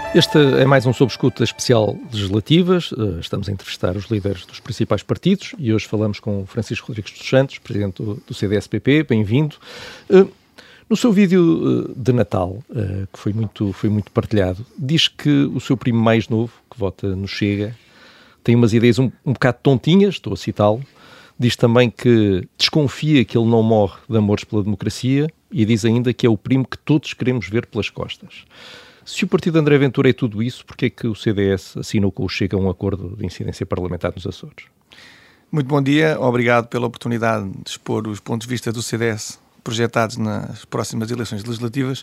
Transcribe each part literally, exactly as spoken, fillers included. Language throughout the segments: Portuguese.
Este é mais um Sob Escuta especial legislativas. Estamos a entrevistar os líderes dos principais partidos e hoje falamos com Francisco Rodrigues dos Santos, presidente do C D S P P. Bem-vindo. No seu vídeo de Natal, que foi muito, foi muito partilhado, diz que o seu primo mais novo, que vota no Chega, tem umas ideias um, um bocado tontinhas, estou a citá-lo. Diz também que desconfia que ele não morre de amores pela democracia e diz ainda que é o primo que todos queremos ver pelas costas. Se o partido de André Ventura é tudo isso, porquê é que o C D S assinou com o Chega um acordo de incidência parlamentar nos Açores? Muito bom dia, obrigado pela oportunidade de expor os pontos de vista do C D S projetados nas próximas eleições legislativas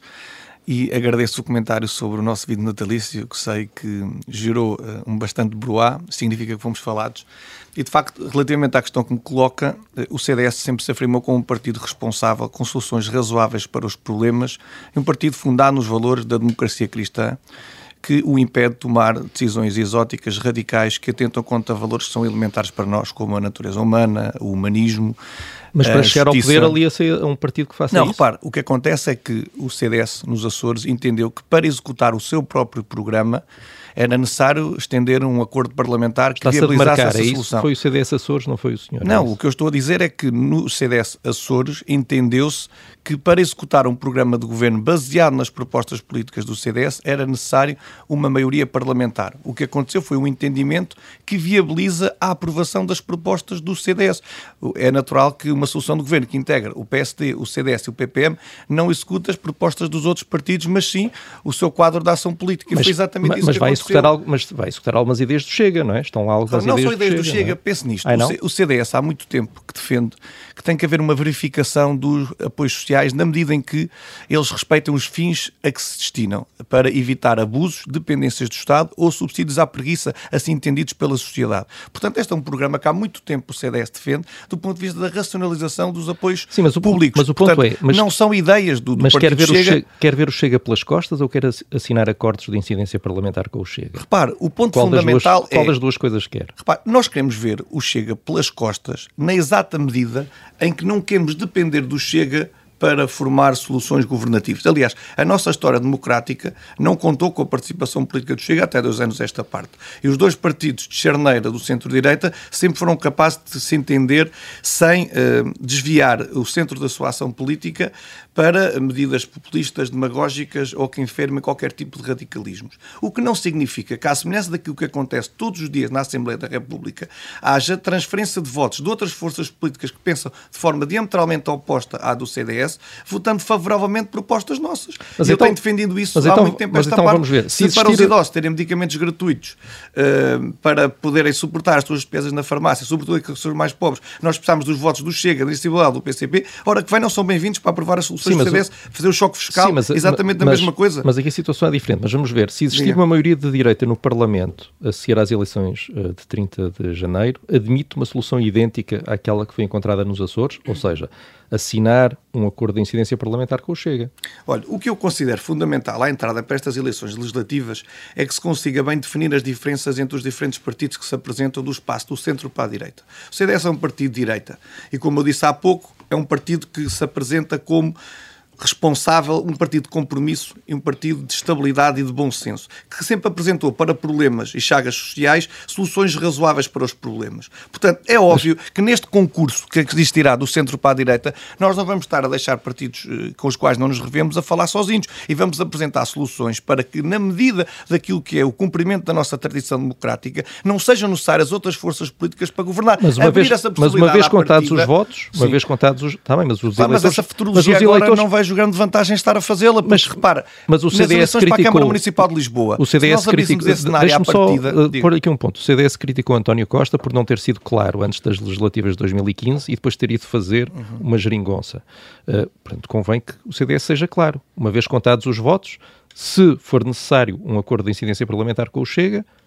e agradeço o comentário sobre o nosso vídeo natalício, que sei que gerou uh, um bastante broá, significa que fomos falados. E, de facto, relativamente à questão que me coloca, o C D S sempre se afirmou como um partido responsável, com soluções razoáveis para os problemas, e um partido fundado nos valores da democracia cristã, que o impede de tomar decisões exóticas, radicais, que atentam contra valores que são elementares para nós, como a natureza humana, o humanismo. Mas para chegar ao poder ali a ser um partido que faça não, isso? Não, repare, o que acontece é que o C D S, nos Açores, entendeu que para executar o seu próprio programa era necessário estender um acordo parlamentar que Está-se viabilizasse a essa é solução. Isso? Foi o C D S Açores, não foi o senhor? Não, é o que eu estou a dizer é que no C D S Açores entendeu-se que para executar um programa de governo baseado nas propostas políticas do C D S era necessário uma maioria parlamentar. O que aconteceu foi um entendimento que viabiliza a aprovação das propostas do C D S. É natural que uma solução de governo que integra o P S D, o C D S e o P P M não execute as propostas dos outros partidos, mas sim o seu quadro de ação política. E mas, foi exatamente mas, isso mas que vai aconteceu. Executar algo, mas vai executar algumas ideias do Chega, não é? Estão lá algumas não, ideias, não são ideias do do Chega, Chega é? Pense nisto. Ai, o C D S há muito tempo que defende que tem que haver uma verificação dos apoios sociais na medida em que eles respeitam os fins a que se destinam para evitar abusos, dependências do Estado ou subsídios à preguiça, assim entendidos pela sociedade. Portanto, este é um programa que há muito tempo o C D S defende do ponto de vista da racionalização dos apoios Sim, mas o, públicos. Mas o ponto Portanto, é... Mas, não são ideias do, do mas Partido quer ver Chega. O Chega. Quer ver o Chega pelas costas ou quer assinar acordos de incidência parlamentar com o Chega? Repare, o ponto qual fundamental das duas, qual é... das duas coisas quer? Repare, nós queremos ver o Chega pelas costas na exata medida em que não queremos depender do Chega para formar soluções governativas. Aliás, a nossa história democrática não contou com a participação política do Chega até dois anos esta parte. E os dois partidos de charneira do centro-direita sempre foram capazes de se entender sem uh, desviar o centro da sua ação política para medidas populistas, demagógicas ou que enfermem qualquer tipo de radicalismos. O que não significa que, à semelhança daquilo que acontece todos os dias na Assembleia da República, haja transferência de votos de outras forças políticas que pensam de forma diametralmente oposta à do C D S, votando favoravelmente propostas nossas. Mas eu então, tenho defendido isso mas há então, muito tempo. Mas esta então parte, vamos ver. Se, se existir... para os idosos terem medicamentos gratuitos uh, para poderem suportar as suas despesas na farmácia, sobretudo aqueles que são os mais pobres, nós precisamos dos votos do Chega, da Iniciativa do P C P, ora que vai não são bem-vindos para aprovar as soluções Sim, do C D S, o... fazer o choque fiscal, Sim, mas, exatamente mas, a mesma coisa. Mas aqui a situação é diferente. Mas vamos ver. Se existir Diga. uma maioria de direita no Parlamento a seguir às eleições uh, de trinta de janeiro, admite uma solução idêntica àquela que foi encontrada nos Açores, ou seja, assinar um acordo de incidência parlamentar com o Chega. Olha, o que eu considero fundamental à entrada para estas eleições legislativas é que se consiga bem definir as diferenças entre os diferentes partidos que se apresentam do espaço do centro para a direita. O C D S é um partido de direita e, como eu disse há pouco, é um partido que se apresenta como responsável, um partido de compromisso e um partido de estabilidade e de bom senso, que sempre apresentou para problemas e chagas sociais soluções razoáveis para os problemas. Portanto, é óbvio que neste concurso que existirá do centro para a direita, nós não vamos estar a deixar partidos com os quais não nos revemos a falar sozinhos e vamos apresentar soluções para que, na medida daquilo que é o cumprimento da nossa tradição democrática, não sejam necessárias outras forças políticas para governar. Mas uma vez, mas uma vez contados partida, os votos, uma sim. vez contados os... Tá bem, mas os ah, eleitores... Mas essa futurologia mas os agora eleitores... não vai grande vantagem em estar a fazê-la, porque mas repara, mas o C D S nas eleições criticou, para a Câmara Municipal de Lisboa, o C D S se nós criticou, esse cenário à partida, só uh, pôr aqui um ponto, o C D S criticou António Costa por não ter sido claro antes das legislativas de dois mil e quinze e depois ter ido fazer uhum. uma geringonça. Uh, portanto, convém que o C D S seja claro, uma vez contados os votos, se for necessário um acordo de incidência parlamentar com o Chega,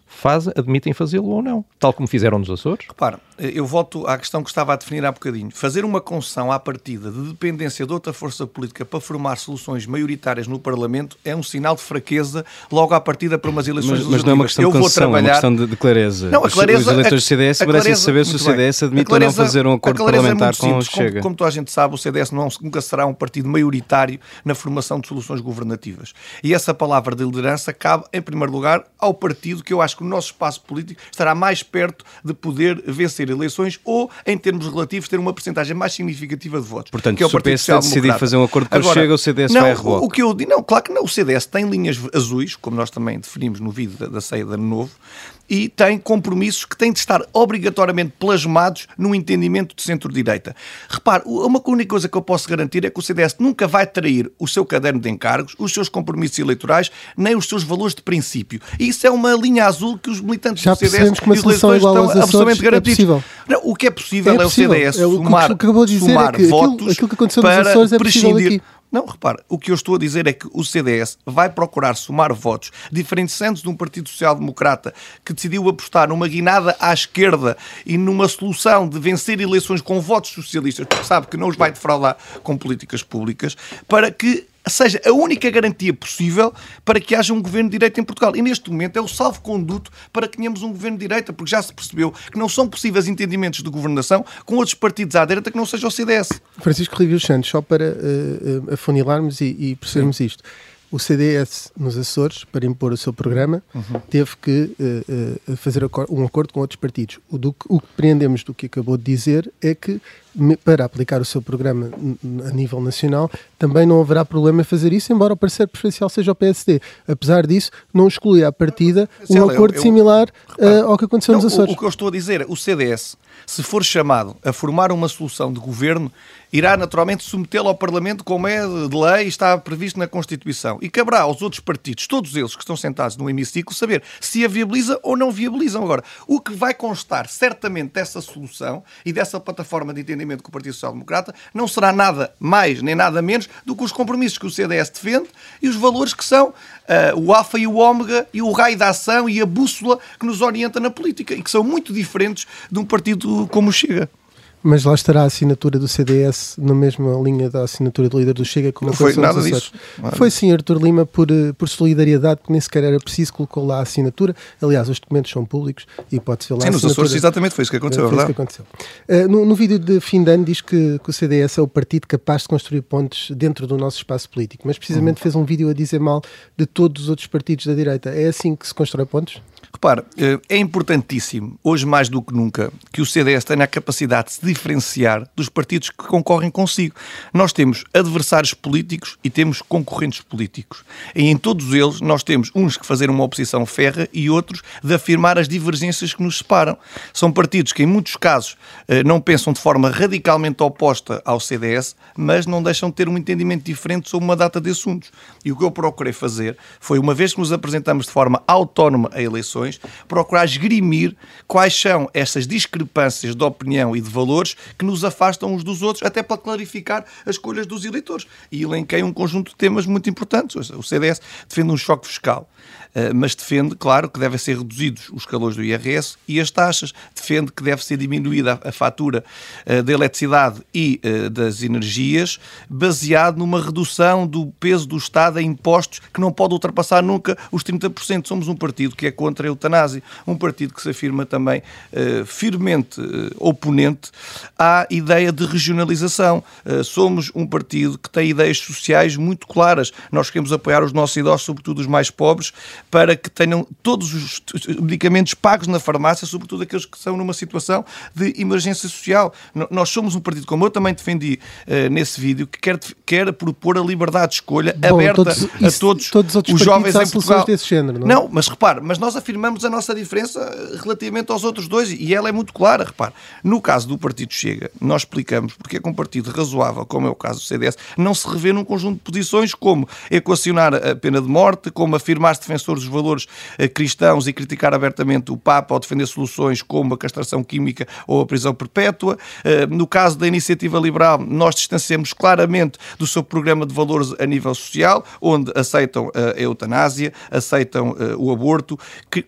fazem, admitem fazê-lo ou não, tal como fizeram nos Açores? Repara, eu volto à questão que estava a definir há bocadinho. Fazer uma concessão à partida de dependência de outra força política para formar soluções maioritárias no Parlamento é um sinal de fraqueza logo à partida para umas eleições legislativas. Mas não é uma questão de concessão, trabalhar... é uma questão de, de clareza. Não, a clareza. Os eleitores do C D S merecem saber se o C D S admite ou não fazer um acordo parlamentar é com o Chega. Como, como toda a gente sabe, o C D S não, nunca será um partido maioritário na formação de soluções governativas. E essa palavra de liderança cabe, em primeiro lugar, ao partido que eu acho que o nosso espaço político estará mais perto de poder vencer eleições ou, em termos relativos, ter uma percentagem mais significativa de votos. Portanto, que é o se o P S D decidir fazer um acordo com Agora, o Chega, o C D S não, vai a reboque. O que eu digo, não, claro que não. O C D S tem linhas azuis, como nós também definimos no vídeo da, da ceia de Ano Novo, e tem compromissos que têm de estar obrigatoriamente plasmados num entendimento de centro-direita. Repare, uma única coisa que eu posso garantir é que o C D S nunca vai trair o seu caderno de encargos, os seus compromissos eleitorais, nem os seus valores de princípio. E isso é uma linha azul que os militantes Já do C D S que uma e os eleitores estão absolutamente garantidos. É não, o que é possível é, é, é o C D S é somar, somar é que votos aquilo, aquilo que para Açores é prescindir... aqui. Não, repare, o que eu estou a dizer é que o C D S vai procurar somar votos, diferenciando-se de um Partido Social-Democrata que decidiu apostar numa guinada à esquerda e numa solução de vencer eleições com votos socialistas, porque sabe que não os vai defraudar com políticas públicas, para que seja a única garantia possível para que haja um governo de direita em Portugal. E neste momento é o salvo-conduto para que tenhamos um governo de direita, porque já se percebeu que não são possíveis entendimentos de governação com outros partidos à direita que não seja o C D S. Francisco Ribeiro Santos, só para uh, uh, afunilarmos e, e percebermos Sim. isto. O C D S nos Açores, para impor o seu programa, uhum. teve que uh, uh, fazer um acordo com outros partidos. O, do, o que compreendemos do que acabou de dizer é que, para aplicar o seu programa a nível nacional, também não haverá problema em fazer isso, embora o parceiro preferencial seja o P S D. Apesar disso, não exclui à partida um acordo eu, eu, similar repara, uh, ao que aconteceu não, nos Açores. O, o que eu estou a dizer, o C D S, se for chamado a formar uma solução de governo, irá naturalmente submetê-lo ao Parlamento como é de lei e está previsto na Constituição. E caberá aos outros partidos, todos eles que estão sentados no hemiciclo, saber se a viabiliza ou não viabilizam. Agora, o que vai constar certamente dessa solução e dessa plataforma de entendimento com o Partido Social Democrata não será nada mais nem nada menos do que os compromissos que o C D S defende e os valores que são uh, o alfa e o ômega e o raio da ação e a bússola que nos orienta na política e que são muito diferentes de um partido como o Chega. Mas lá estará a assinatura do C D S na mesma linha da assinatura do líder do Chega, como não foi nada disso. Foi sim, Artur Lima, por, por solidariedade, porque nem sequer era preciso, colocou lá a assinatura. Aliás, os documentos são públicos e pode-se ver lá sim, a nos Açores exatamente foi isso que aconteceu, é verdade. Que aconteceu. Uh, no, no vídeo de fim de ano diz que, que o C D S é o partido capaz de construir pontes dentro do nosso espaço político, mas precisamente uhum. fez um vídeo a dizer mal de todos os outros partidos da direita. É assim que se constrói pontes? Repare, é importantíssimo, hoje mais do que nunca, que o C D S tenha a capacidade de se diferenciar dos partidos que concorrem consigo. Nós temos adversários políticos e temos concorrentes políticos. E em todos eles nós temos uns que fazem uma oposição férrea e outros de afirmar as divergências que nos separam. São partidos que em muitos casos não pensam de forma radicalmente oposta ao C D S, mas não deixam de ter um entendimento diferente sobre uma data de assuntos. E o que eu procurei fazer foi, uma vez que nos apresentamos de forma autónoma a eleições, procurar esgrimir quais são essas discrepâncias de opinião e de valores que nos afastam uns dos outros, até para clarificar as escolhas dos eleitores. E elenquei um conjunto de temas muito importantes. O C D S defende um choque fiscal, mas defende, claro, que devem ser reduzidos os calores do I R S e as taxas. Defende que deve ser diminuída a fatura da eletricidade e das energias, baseado numa redução do peso do Estado em impostos que não pode ultrapassar nunca os trinta por cento. Somos um partido que é contra a eutanásia, um partido que se afirma também uh, firmemente uh, oponente à ideia de regionalização. Uh, somos um partido que tem ideias sociais muito claras. Nós queremos apoiar os nossos idosos, sobretudo os mais pobres, para que tenham todos os medicamentos pagos na farmácia, sobretudo aqueles que estão numa situação de emergência social. N- nós somos um partido, como eu também defendi uh, nesse vídeo, que quer, quer propor a liberdade de escolha Bom, aberta todos, a isso, todos, todos os, os jovens em Portugal. Desse género, não, é? não, mas repare, mas nós afirmamos a nossa diferença relativamente aos outros dois e ela é muito clara, repare. No caso do Partido Chega, nós explicamos porque é que um partido razoável, como é o caso do C D S, não se revê num conjunto de posições como equacionar a pena de morte, como afirmar-se defensor dos valores cristãos e criticar abertamente o Papa ou defender soluções como a castração química ou a prisão perpétua. No caso da Iniciativa Liberal, nós distanciamos claramente do seu programa de valores a nível social, onde aceitam a eutanásia, aceitam o aborto, que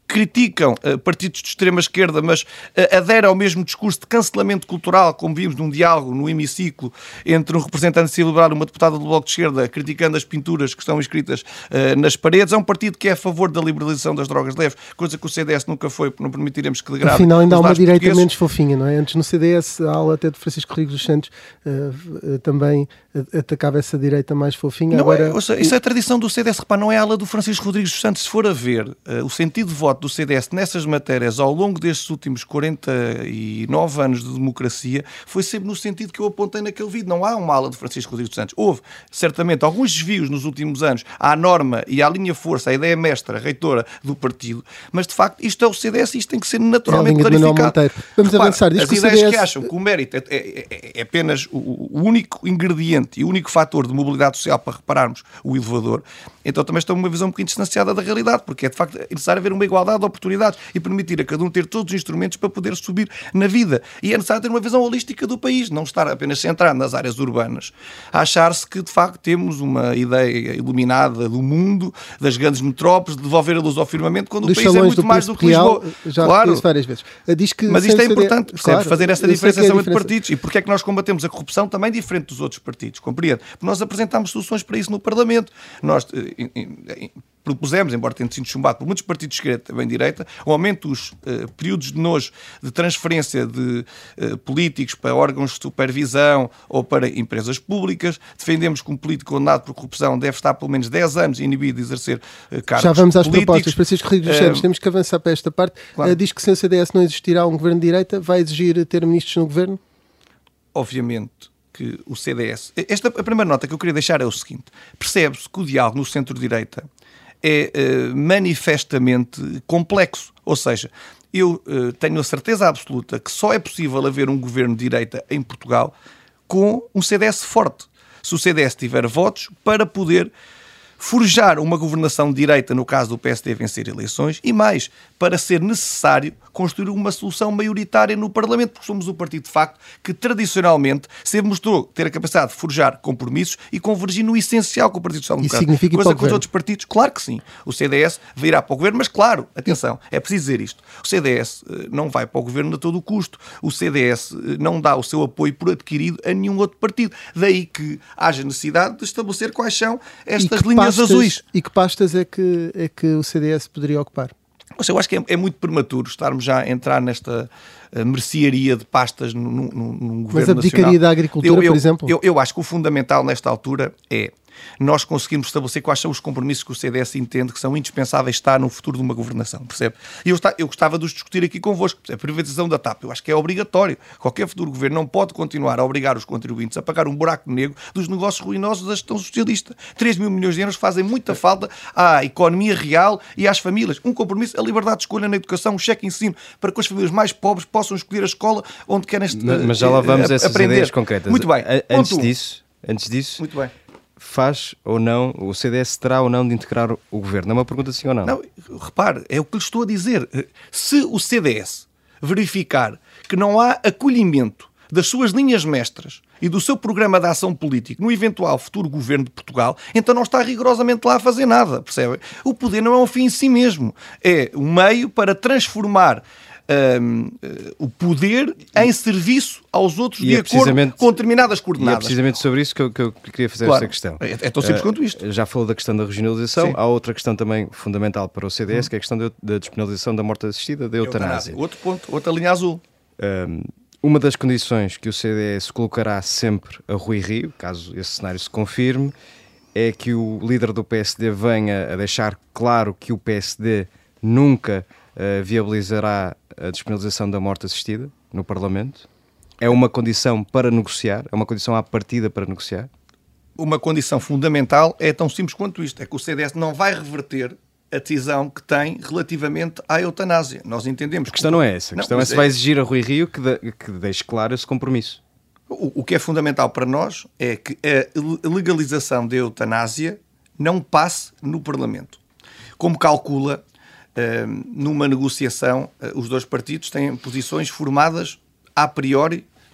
criticam uh, partidos de extrema-esquerda, mas uh, aderem ao mesmo discurso de cancelamento cultural, como vimos num diálogo no hemiciclo entre um representante de Iniciativa Liberal e uma deputada do Bloco de Esquerda, criticando as pinturas que estão escritas uh, nas paredes. É um partido que é a favor da liberalização das drogas leves, coisa que o C D S nunca foi, porque não permitiremos que degrade. Afinal, ainda há uma direita portugueses. Menos fofinha, não é? Antes no C D S, a ala até de Francisco Rodrigues dos Santos uh, uh, também uh, atacava essa direita mais fofinha. Não Agora... é, ou seja, isso é a tradição do C D S. Repara, não é a ala do Francisco Rodrigues dos Santos. Se for a ver uh, o sentido de voto do C D S nessas matérias ao longo destes últimos quarenta e nove anos de democracia, foi sempre no sentido que eu apontei naquele vídeo. Não há uma ala do Francisco Rodrigues dos Santos. Houve, certamente, alguns desvios nos últimos anos à norma e à linha força, à ideia mestra, reitora do partido, mas de facto isto é o C D S e isto tem que ser naturalmente é clarificado. Vamos Repara, avançar. Diz as que ideias C D S... que acham que o mérito é, é, é apenas o, o único ingrediente e o único fator de mobilidade social para repararmos o elevador, então também estão numa visão um bocadinho distanciada da realidade, porque é de facto necessário haver uma igualdade de oportunidades e permitir a cada um ter todos os instrumentos para poder subir na vida. E é necessário ter uma visão holística do país, não estar apenas centrado nas áreas urbanas, a achar-se que de facto temos uma ideia iluminada do mundo, das grandes metrópoles, de devolver a luz ao firmamento, quando Dos o país é muito mais do que Lisboa. Já claro. Isso várias vezes. Diz que Mas isto é importante, percebe? Claro, fazer esta é diferenciação é entre partidos. E porque é que nós combatemos a corrupção também diferente dos outros partidos, compreende? Porque nós apresentámos soluções para isso no Parlamento. Nós eh, eh, propusemos, embora tenha sido chumbado por muitos partidos de esquerda, também de direita, o aumento dos uh, períodos de nojo de transferência de uh, políticos para órgãos de supervisão ou para empresas públicas. Defendemos que um político condenado por corrupção deve estar pelo menos dez anos inibido de exercer uh, cargos Já vamos às políticos. propostas. Francisco Rodrigues dos Santos, uh, temos que avançar para esta parte. Claro. Uh, diz que se o C D S não existirá um governo de direita, vai exigir ter ministros no governo? Obviamente que o C D S... Esta, a primeira nota que eu queria deixar é o seguinte. Percebe-se que o diálogo no centro-direita é uh, manifestamente complexo. Ou seja, eu uh, tenho a certeza absoluta que só é possível haver um governo de direita em Portugal com um C D S forte. Se o C D S tiver votos para poder forjar uma governação de direita, no caso do P S D vencer eleições, e mais, para ser necessário construir uma solução maioritária no Parlamento, porque somos o partido, de facto, que tradicionalmente sempre mostrou ter a capacidade de forjar compromissos e convergir no essencial com o Partido Social Democrático. Isso significa coisa que os outros partidos, claro que sim. O C D S virá para o governo, mas claro, atenção, é preciso dizer isto. O C D S não vai para o governo a todo o custo. O C D S não dá o seu apoio por adquirido a nenhum outro partido. Daí que haja necessidade de estabelecer quais são estas linhas pastas, azuis. E que pastas é que, é que o C D S poderia ocupar? Eu acho que é, é muito prematuro estarmos já a entrar nesta uh, mercearia de pastas num, num, num governo nacional. Mas abdicaria da agricultura, eu, eu, por exemplo? Eu, eu acho que o fundamental nesta altura é nós conseguirmos estabelecer quais são os compromissos que o C D S entende que são indispensáveis estar no futuro de uma governação, percebe? E eu, eu gostava de os discutir aqui convosco. A privatização da T A P, eu acho que é obrigatório. Qualquer futuro governo não pode continuar a obrigar os contribuintes a pagar um buraco negro dos negócios ruinosos da gestão socialista. três mil milhões de euros fazem muita falta à economia real e às famílias. Um compromisso, a liberdade de escolha na educação, um cheque ensino, para que as famílias mais pobres possam escolher a escola onde querem mas, mas já lá vamos a essas aprender. Ideias concretas. Muito bem. Antes um. disso, antes disso... Muito bem. Faz ou não, o C D S terá ou não de integrar o governo? É uma pergunta sim ou não? Não, repare, é o que lhe estou a dizer. Se o C D S verificar que não há acolhimento das suas linhas mestras e do seu programa de ação político no eventual futuro governo de Portugal, então não está rigorosamente lá a fazer nada, percebe? O poder não é um fim em si mesmo. É um meio para transformar Um, uh, o poder em serviço aos outros de é acordo com determinadas coordenadas. E é precisamente sobre isso que eu, que eu queria fazer claro, esta questão. É, é tão simples uh, quanto isto. Já falou da questão da regionalização. Sim. Há outra questão também fundamental para o C D S, hum. que é a questão da, da despenalização da morte assistida, da eutanásia. Outro ponto, outra linha azul. Um, uma das condições que o C D S colocará sempre a Rui Rio, caso esse cenário se confirme, é que o líder do P S D venha a deixar claro que o P S D nunca uh, viabilizará a despenalização da morte assistida no Parlamento. É uma condição para negociar? É uma condição à partida para negociar? Uma condição fundamental é tão simples quanto isto. É que o C D S não vai reverter a decisão que tem relativamente à eutanásia. Nós entendemos... A questão que... não é essa. A não, questão é se é... vai exigir a Rui Rio que, de... que deixe claro esse compromisso. O, o que é fundamental para nós é que a legalização da eutanásia não passe no Parlamento. Como calcula... numa negociação, os dois partidos têm posições formadas a priori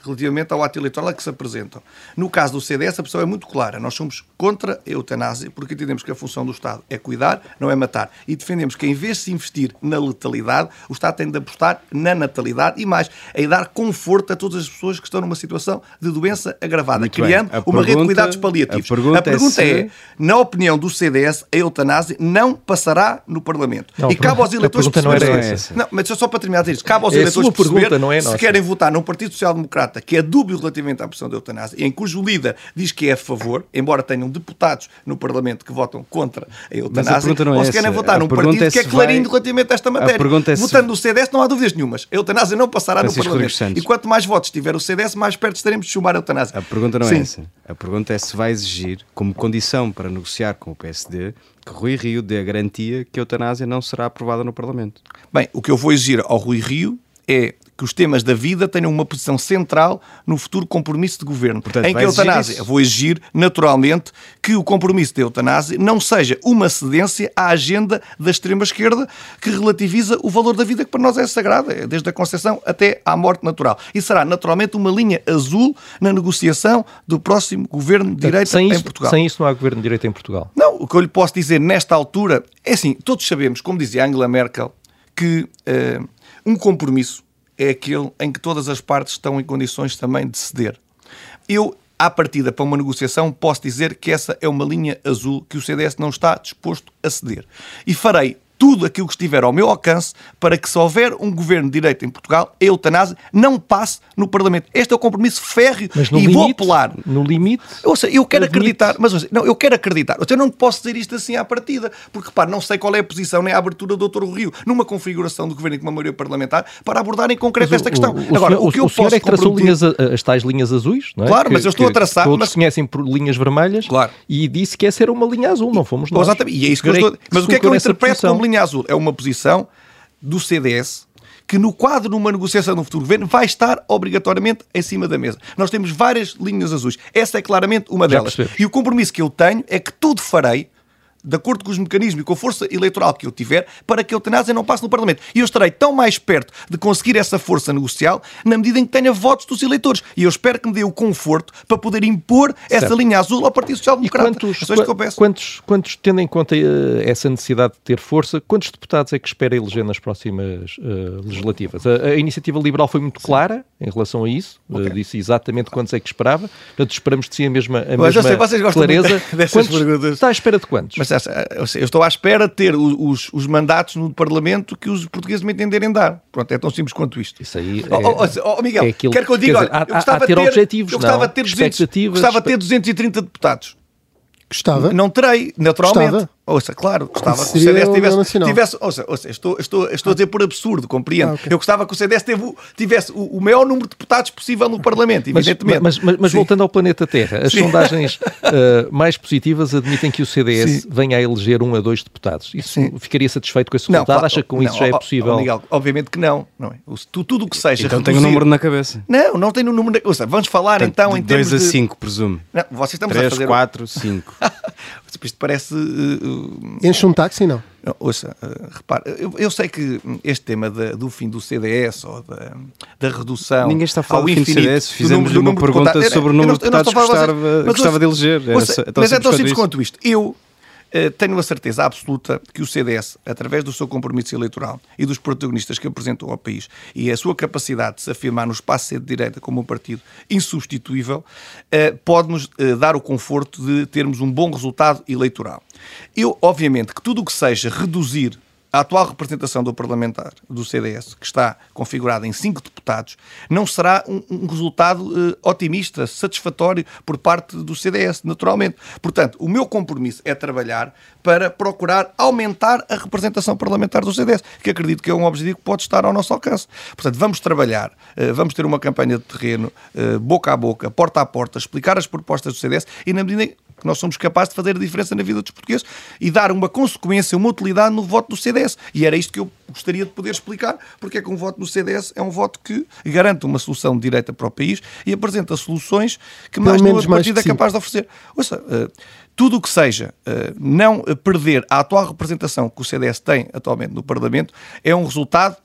relativamente ao ato eleitoral a que se apresentam. No caso do C D S, a posição é muito clara. Nós somos contra a eutanásia, porque entendemos que a função do Estado é cuidar, não é matar. E defendemos que, em vez de se investir na letalidade, o Estado tem de apostar na natalidade e mais, em dar conforto a todas as pessoas que estão numa situação de doença agravada, muito criando uma pergunta, rede de cuidados paliativos. A pergunta, a pergunta é, é, na opinião do C D S, a eutanásia não passará no Parlamento. Não, e cabe aos eleitores perceber... Não, era essa. Não, mas só para terminar de dizer isto, cabe aos é eleitores perceber não é se querem votar num Partido Social Democrata que é dúbio relativamente à posição da eutanásia, em cujo líder diz que é a favor, embora tenham deputados no Parlamento que votam contra a eutanásia, a ou se querem essa. votar a num partido é que é clarinho vai... relativamente a esta matéria. A Votando no se... C D S não há dúvidas nenhumas. A eutanásia não passará Francisco no Parlamento. E quanto mais votos tiver o C D S, mais perto estaremos de chumbar a eutanásia. A pergunta não Sim. é essa. A pergunta é se vai exigir, como condição para negociar com o P S D, que Rui Rio dê a garantia que a eutanásia não será aprovada no Parlamento. Bem, o que eu vou exigir ao Rui Rio é que os temas da vida tenham uma posição central no futuro compromisso de governo. Portanto, em que a eutanásia, vou exigir naturalmente que o compromisso da eutanásia não seja uma cedência à agenda da extrema-esquerda que relativiza o valor da vida que para nós é sagrada, desde a concepção até à morte natural. E será naturalmente uma linha azul na negociação do próximo governo de direita sem em isso, Portugal. Sem isso não há governo de direita em Portugal. Não, o que eu lhe posso dizer nesta altura é assim, todos sabemos, como dizia Angela Merkel, que uh, um compromisso é aquele em que todas as partes estão em condições também de ceder. Eu, à partida, para uma negociação, posso dizer que essa é uma linha azul que o C D S não está disposto a ceder. E farei tudo aquilo que estiver ao meu alcance para que, se houver um governo de direita em Portugal, a eutanásia não passe no Parlamento. Este é o compromisso férreo mas no e limite, vou apelar. No limite... Ou seja, eu quero admite. acreditar, mas seja, não, eu quero acreditar. Eu não posso dizer isto assim à partida, porque, repare, não sei qual é a posição nem a abertura do doutor Rio numa configuração do governo com uma maioria parlamentar para abordar em concreto mas esta o, questão. O, Agora, o, o que eu o senhor posso é que traçou comprometer... linhas, as tais linhas azuis, não é? Claro, que, mas eu estou que, a traçar... Todos mas... conhecem por linhas vermelhas claro. E disse que essa era uma linha azul, não fomos nós. Exatamente, e é isso que eu estou... Mas o que é que eu interpreto como linha azul? É uma posição do C D S que, no quadro de uma negociação no futuro governo, vai estar obrigatoriamente em cima da mesa. Nós temos várias linhas azuis. Essa é claramente uma delas. E o compromisso que eu tenho é que tudo farei, de acordo com os mecanismos e com a força eleitoral que eu tiver, para que a eutanásia não passe no Parlamento. E eu estarei tão mais perto de conseguir essa força negocial na medida em que tenha votos dos eleitores. E eu espero que me dê o conforto para poder impor certo. essa linha azul ao Partido Social Democrata. E quantos, qu quantos, quantos, tendo em conta uh, essa necessidade de ter força, quantos deputados é que espera eleger nas próximas uh, legislativas? A, a Iniciativa Liberal foi muito clara em relação a isso. Okay. Uh, disse exatamente quantos é que esperava. Portanto, esperamos de si a mesma, a mesma sei, vocês clareza. Dessas perguntas. Está à espera de quantos? Mas, eu estou à espera de ter os, os mandatos no Parlamento que os portugueses me entenderem dar. Pronto, é tão simples quanto isto. Isso aí é, oh, oh, oh, Miguel, é aquilo, quer que eu diga, dizer, olha, eu gostava há, há ter de ter, objetivos, eu gostava não, de ter duzentos, gostava de ter duzentos e trinta deputados. Gostava? Não terei, naturalmente. Gostava? Ouça, claro, gostava que o Seria C D S tivesse... nacional. tivesse ouça, ouça, estou, estou, estou a dizer por absurdo, compreendo. Ah, okay. Eu gostava que o C D S teve, tivesse o, o maior número de deputados possível no Parlamento, mas, evidentemente. Mas, mas, mas voltando ao planeta Terra, as Sim. sondagens uh, mais positivas admitem que o C D S Sim. venha a eleger um a dois deputados. Isso Sim. ficaria satisfeito com esse resultado? Não, claro, Acha que com não, isso já é possível? Oh, Miguel, obviamente que não. não é? O, tu, tudo o que seja Então reduzir... tem um número na cabeça. Não, não tenho um número na cabeça. Vamos falar Portanto, então em termos de... dois a cinco, presumo. Não, vocês estamos três, a fazer... quatro, cinco. Isto parece... Uh, Enche um táxi, não? Não, ouça, uh, repare, eu, eu sei que este tema de, do fim do C D S ou da, da redução... Ninguém está a falar ao do fim do C D S. Fizemos número, uma pergunta de sobre o número de deputados que gostava, gostava de eleger. Ouça, essa, mas é tão simples quanto isto. Eu uh, tenho a certeza absoluta que o C D S, através do seu compromisso eleitoral e dos protagonistas que apresentou ao país e a sua capacidade de se afirmar no espaço centro-direita como um partido insubstituível, uh, pode-nos uh, dar o conforto de termos um bom resultado eleitoral. Eu, obviamente, que tudo o que seja reduzir a atual representação do parlamentar do C D S, que está configurada em cinco deputados, não será um, um resultado uh, otimista, satisfatório por parte do C D S, naturalmente. Portanto, o meu compromisso é trabalhar para procurar aumentar a representação parlamentar do C D S, que acredito que é um objetivo que pode estar ao nosso alcance. Portanto, vamos trabalhar, uh, vamos ter uma campanha de terreno, uh, boca a boca, porta a porta, explicar as propostas do C D S e, na medida que nós somos capazes de fazer a diferença na vida dos portugueses e dar uma consequência, uma utilidade no voto do C D S. E era isto que eu gostaria de poder explicar, porque é que um voto no C D S é um voto que garante uma solução de direita para o país e apresenta soluções que mais nenhum outro partido é capaz de oferecer. Ouça, uh, tudo o que seja uh, não perder a atual representação que o C D S tem atualmente no Parlamento é um resultado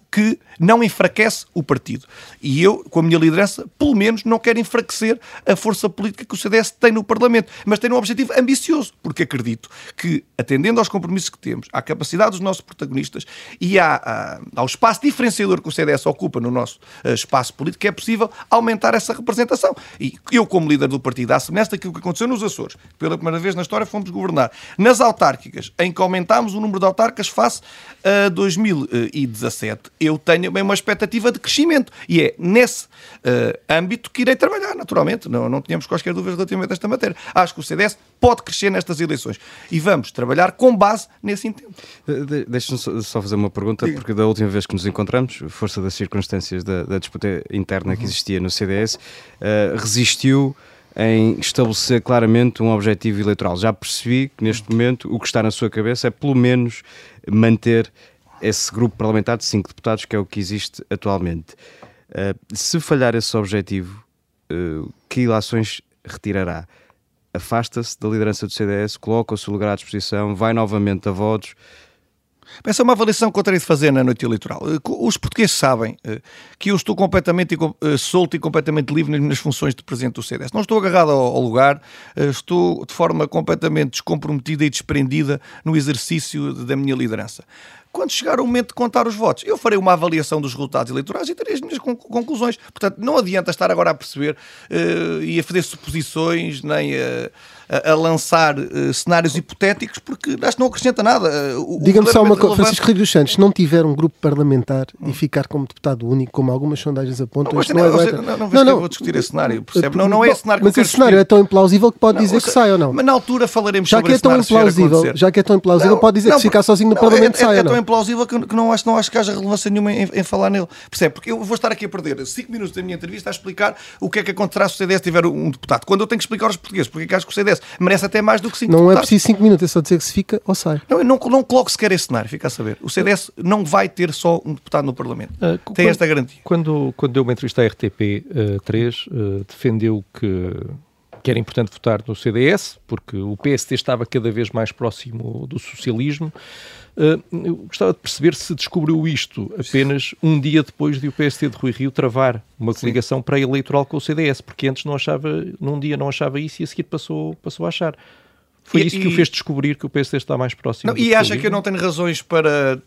que não enfraquece o partido. E eu, com a minha liderança, pelo menos não quero enfraquecer a força política que o C D S tem no Parlamento, mas tem um objetivo ambicioso, porque acredito que, atendendo aos compromissos que temos, à capacidade dos nossos protagonistas e à, à, ao espaço diferenciador que o C D S ocupa no nosso uh, espaço político, é possível aumentar essa representação. E eu, como líder do partido, à semelhança daquilo que aconteceu nos Açores, pela primeira vez na história fomos governar, nas autárquicas, em que aumentámos o número de autarcas face a dois mil e dezassete, eu tenho bem uma expectativa de crescimento. E é nesse uh, âmbito que irei trabalhar, naturalmente. Não, não tínhamos quaisquer dúvidas relativamente a esta matéria. Acho que o C D S pode crescer nestas eleições. E vamos trabalhar com base nesse intento. De, Deixa-me só fazer uma pergunta, Diga. porque da última vez que nos encontramos, força das circunstâncias da, da disputa interna uhum. que existia no C D S, uh, resistiu em estabelecer claramente um objetivo eleitoral. Já percebi que neste momento o que está na sua cabeça é pelo menos manter esse grupo parlamentar de cinco deputados, que é o que existe atualmente. Uh, se falhar esse objetivo, uh, que ilações retirará? Afasta-se da liderança do C D S, coloca o seu lugar à disposição, vai novamente a votos? Essa é uma avaliação que eu terei de fazer na noite eleitoral. Os portugueses sabem que eu estou completamente solto e completamente livre nas minhas funções de presidente do C D S. Não estou agarrado ao lugar, estou de forma completamente descomprometida e desprendida no exercício da minha liderança. Quando chegar o momento de contar os votos, eu farei uma avaliação dos resultados eleitorais e terei as minhas conclusões. Portanto, não adianta estar agora a perceber uh, e a fazer suposições, nem a, a, a lançar uh, cenários hipotéticos, porque acho que não acrescenta nada. Uh, Diga-me só uma coisa, Francisco Rodrigues dos Santos, não tiver um grupo parlamentar hum. e ficar como deputado único, como algumas sondagens apontam, não, isto não, não, não, é... não, não, não, não, não eu vou discutir esse cenário, percebe? Não, não é esse cenário mas que eu esse cenário discutir. é tão implausível que pode não, dizer seja, que sai ou não. Mas na altura falaremos já sobre que é tão esse implausível, Já que é tão implausível, não, pode dizer não, que se ficar sozinho no não, Parlamento é, sai é, ou não. É tão implausível que, que não, acho, não acho que haja relevância nenhuma em, em falar nele. Percebe? Porque eu vou estar aqui a perder cinco minutos da minha entrevista a explicar o que é que acontecerá se o C D S tiver um deputado. Quando eu tenho que explicar aos portugueses porque é que acho que o C D S merece até mais do que cinco não deputados. Não é preciso cinco minutos, é só dizer que se fica ou sai. Não, eu não, não coloco sequer esse cenário, fica a saber. O C D S não vai ter só um deputado no Parlamento. Uh, Tem quando, esta garantia. Quando, quando deu uma entrevista à R T P três, uh, uh, defendeu que, que era importante votar no C D S, porque o P S D estava cada vez mais próximo do socialismo. Uh, eu gostava de perceber se descobriu isto apenas um dia depois de o P S D de Rui Rio travar uma coligação pré-eleitoral com o C D S, porque antes não achava, num dia não achava isso e a seguir passou, passou a achar. Foi e, isso que e... o fez descobrir que o P S D está mais próximo. Não, e acha que eu não tenho razões para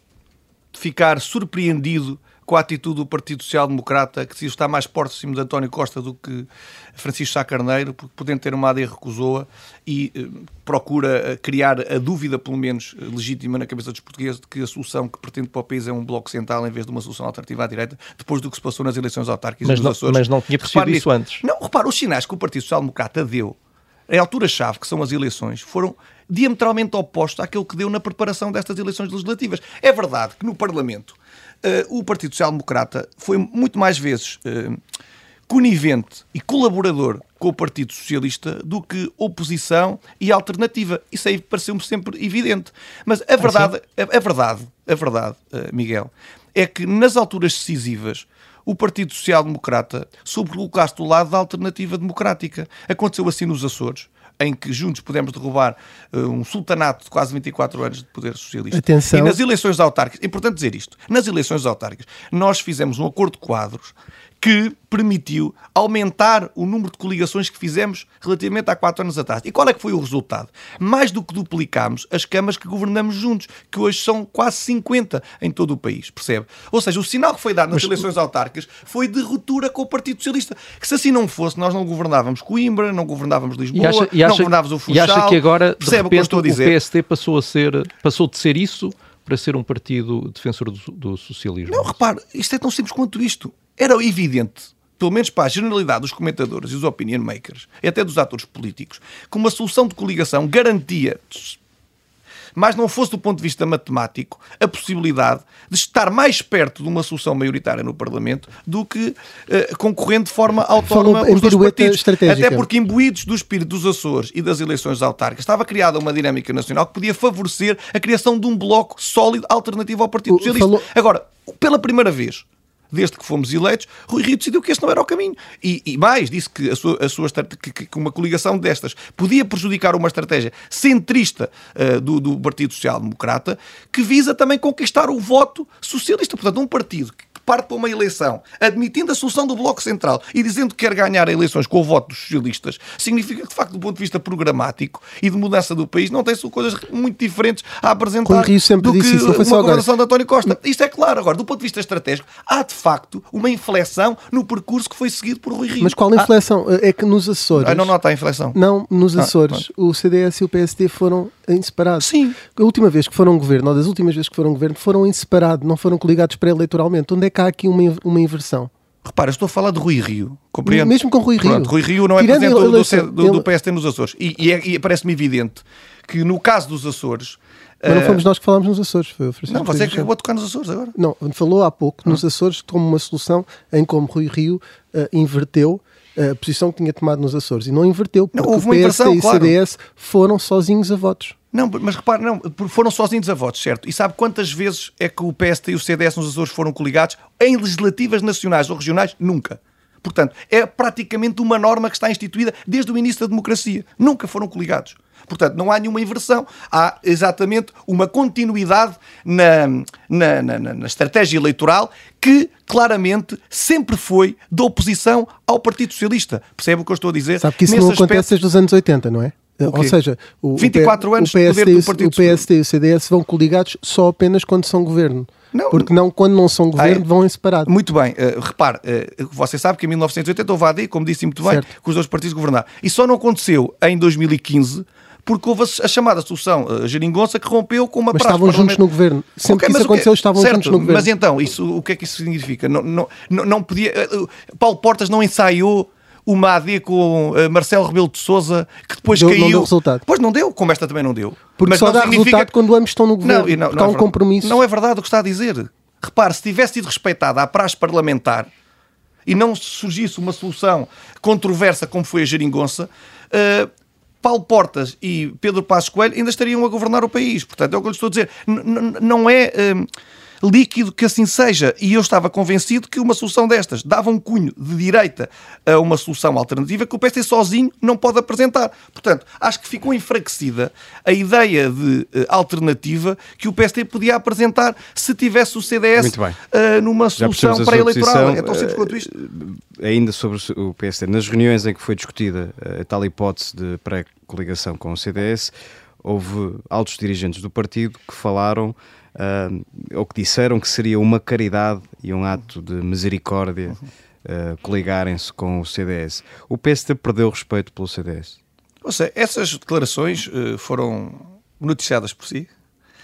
ficar surpreendido com a atitude do Partido Social Democrata, que está mais próximo de António Costa do que Francisco Sá Carneiro, porque podendo ter uma A D recusou-a e eh, procura criar a dúvida, pelo menos legítima, na cabeça dos portugueses de que a solução que pretende para o país é um bloco central em vez de uma solução alternativa à direita, depois do que se passou nas eleições autárquicas mas nos não, Açores. Mas não tinha percebido isso antes. Não, repara, os sinais que o Partido Social Democrata deu a altura-chave, que são as eleições, foram diametralmente opostos àquilo que deu na preparação destas eleições legislativas. É verdade que no Parlamento uh, o Partido Social Democrata foi muito mais vezes uh, conivente e colaborador com o Partido Socialista do que oposição e alternativa. Isso aí pareceu-me sempre evidente. Mas a verdade, ah, a, a verdade, a verdade, uh, Miguel, é que nas alturas decisivas o Partido Social Democrata soube colocar-se do lado da alternativa democrática. Aconteceu assim nos Açores, em que juntos pudemos derrubar uh, um sultanato de quase vinte e quatro anos de poder socialista. Atenção. E nas eleições autárquicas, é importante dizer isto, nas eleições autárquicas nós fizemos um acordo de quadros que permitiu aumentar o número de coligações que fizemos relativamente há quatro anos atrás. E qual é que foi o resultado? Mais do que duplicámos as câmaras que governamos juntos, que hoje são quase cinquenta em todo o país, percebe? Ou seja, o sinal que foi dado nas Mas... eleições autárquicas foi de ruptura com o Partido Socialista. Que se assim não fosse, nós não governávamos Coimbra, não governávamos Lisboa, e acha, e acha, não governávamos o Funchal. E acha que agora, de percebe repente, o, o P S D passou, a ser, passou de ser isso para ser um partido defensor do, do socialismo? Não, repare, isto é tão simples quanto isto. Era evidente, pelo menos para a generalidade dos comentadores e dos opinion makers, e até dos atores políticos, que uma solução de coligação garantia, mas não fosse do ponto de vista matemático, a possibilidade de estar mais perto de uma solução maioritária no Parlamento do que uh, concorrendo de forma autónoma os dois partidos. Até porque, imbuídos do espírito dos Açores e das eleições autárquicas, estava criada uma dinâmica nacional que podia favorecer a criação de um bloco sólido alternativo ao Partido Socialista. Falou... Agora, pela primeira vez, desde que fomos eleitos, Rui Rio decidiu que esse não era o caminho. E, e mais, disse que, a sua, a sua, que, que uma coligação destas podia prejudicar uma estratégia centrista uh, do, do Partido Social Democrata, que visa também conquistar o voto socialista. Portanto, um partido que parte para uma eleição, admitindo a solução do Bloco Central e dizendo que quer ganhar eleições com o voto dos socialistas, significa que, de facto, do ponto de vista programático e de mudança do país, não tem coisas muito diferentes a apresentar do que isso, não foi uma governação de António Costa. Isto é claro. Agora, do ponto de vista estratégico, há, de facto, uma inflexão no percurso que foi seguido por Rui Rio. Mas qual inflexão? Ah, é que nos Açores... Ah, não nota a inflexão? Não, nos Açores, ah, o C D S e o P S D foram em separado. Sim. A última vez que foram governo, ou das últimas vezes que foram governo, foram em separado, não foram coligados pré-eleitoralmente. Onde é que há aqui uma, uma inversão? Repara, eu estou a falar de Rui Rio, compreende? Mesmo com Rui Rio. Pronto, Rui Rio não é Tirando presidente do, eleição, do, do, do ele... P S D nos Açores. E, e, é, e parece-me evidente que no caso dos Açores... Mas não uh... fomos nós que falámos nos Açores. Foi o Francisco não, você é que Rodrigues acabou de tocar nos Açores agora. Não, falou há pouco nos Açores como uma solução em como Rui Rio uh, inverteu a posição que tinha tomado nos Açores. E não inverteu, porque não, houve o P S D e o claro. C D S foram sozinhos a votos. Não, mas repare, não, foram sozinhos a votos, certo? E sabe quantas vezes é que o P S D e o C D S nos Açores foram coligados? Em legislativas nacionais ou regionais? Nunca. Portanto, é praticamente uma norma que está instituída desde o início da democracia. Nunca foram coligados. Portanto, não há nenhuma inversão. Há exatamente uma continuidade na, na, na, na estratégia eleitoral que, claramente, sempre foi de oposição ao Partido Socialista. Percebe o que eu estou a dizer? Sabe que isso Nesse não acontece aspecto... desde os anos oitenta, não é? Ou seja, o, vinte e quatro o, anos o, P S D, de poder do Partido o P S D e o C D S vão coligados só apenas quando são governo. Não, porque não, quando não são governo, ah, é? vão em separado. Muito bem. Uh, repare, uh, você sabe que em mil novecentos e oitenta houve a A D, como disse muito bem, certo, que os dois partidos governaram. E só não aconteceu em dois mil e quinze porque houve a chamada solução uh, geringonça que rompeu com uma mas praxe. Mas estavam juntos no governo. Sempre okay, que isso aconteceu, que... estavam certo, juntos no governo. Mas então, isso, o que é que isso significa? Não, não, não, não podia... Uh, Paulo Portas não ensaiou uma A D com uh, Marcelo Rebelo de Sousa que depois deu, caiu. Não deu resultado. Pois não deu, como esta também não deu. Porque mas só não dá significa... resultado quando ambos estão no governo. Não, não, porque não há um é compromisso. Não é verdade o que está a dizer. Repare, se tivesse sido respeitada a praxe parlamentar e não surgisse uma solução controversa como foi a geringonça, uh, Paulo Portas e Pedro Passos Coelho ainda estariam a governar o país. Portanto, é o que eu lhe estou a dizer. N- n- não é uh, líquido que assim seja. E eu estava convencido que uma solução destas dava um cunho de direita a uma solução alternativa que o P S D sozinho não pode apresentar. Portanto, acho que ficou enfraquecida a ideia de uh, alternativa que o P S D podia apresentar se tivesse o C D S uh, numa solução pré-eleitoral. É tão simples quanto isto. Ainda sobre o P S D, nas reuniões em que foi discutida a tal hipótese de pré-coligação com o C D S, houve altos dirigentes do partido que falaram Uh, ou que disseram que seria uma caridade e um ato de misericórdia uh, coligarem-se com o C D S. O P S D perdeu respeito pelo C D S? Ou seja, essas declarações uh, foram noticiadas por si,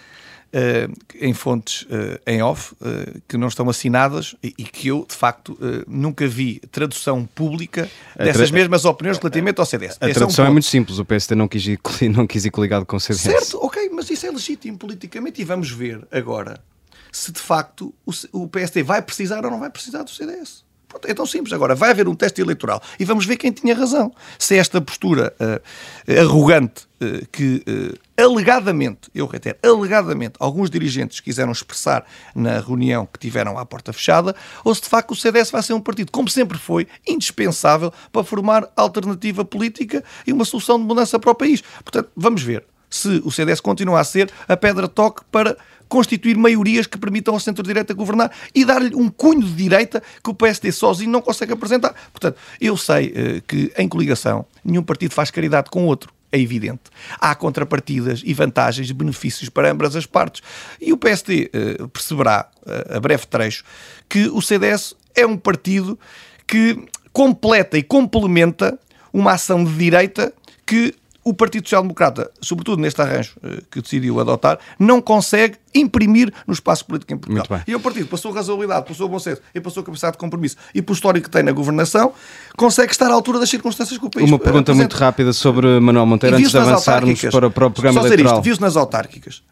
uh, em fontes uh, em off, uh, que não estão assinadas e, e que eu, de facto, uh, nunca vi tradução pública dessas tra... mesmas opiniões relativamente ao C D S. A Esse tradução é, um é muito simples. O P S D não quis ir, não quis ir coligado com o C D S. Certo, ok, mas isso é legítimo politicamente e vamos ver agora se, de facto, o, o P S D vai precisar ou não vai precisar do C D S. Pronto, é tão simples. Agora, vai haver um teste eleitoral e vamos ver quem tinha razão. Se esta postura uh, arrogante uh, que, uh, alegadamente, eu reitero, alegadamente, alguns dirigentes quiseram expressar na reunião que tiveram à porta fechada, ou se de facto o C D S vai ser um partido, como sempre foi, indispensável para formar alternativa política e uma solução de mudança para o país. Portanto, vamos ver se o C D S continua a ser a pedra-toque para constituir maiorias que permitam ao centro-direita governar e dar-lhe um cunho de direita que o P S D sozinho não consegue apresentar. Portanto, eu sei uh, que em coligação nenhum partido faz caridade com o outro. É evidente. Há contrapartidas e vantagens e benefícios para ambas as partes. E o P S D uh, perceberá, uh, a breve trecho, que o C D S é um partido que completa e complementa uma ação de direita que o Partido Social Democrata, sobretudo neste arranjo uh, que decidiu adotar, não consegue imprimir no espaço político em Portugal. E o partido passou razoabilidade, passou bom senso e passou capacidade de compromisso e pelo histórico que tem na governação, consegue estar à altura das circunstâncias que o país Uma pergunta muito rápida sobre Manuel Monteiro, antes de avançarmos para, para o programa só eleitoral. Isto, viu-se nas autárquicas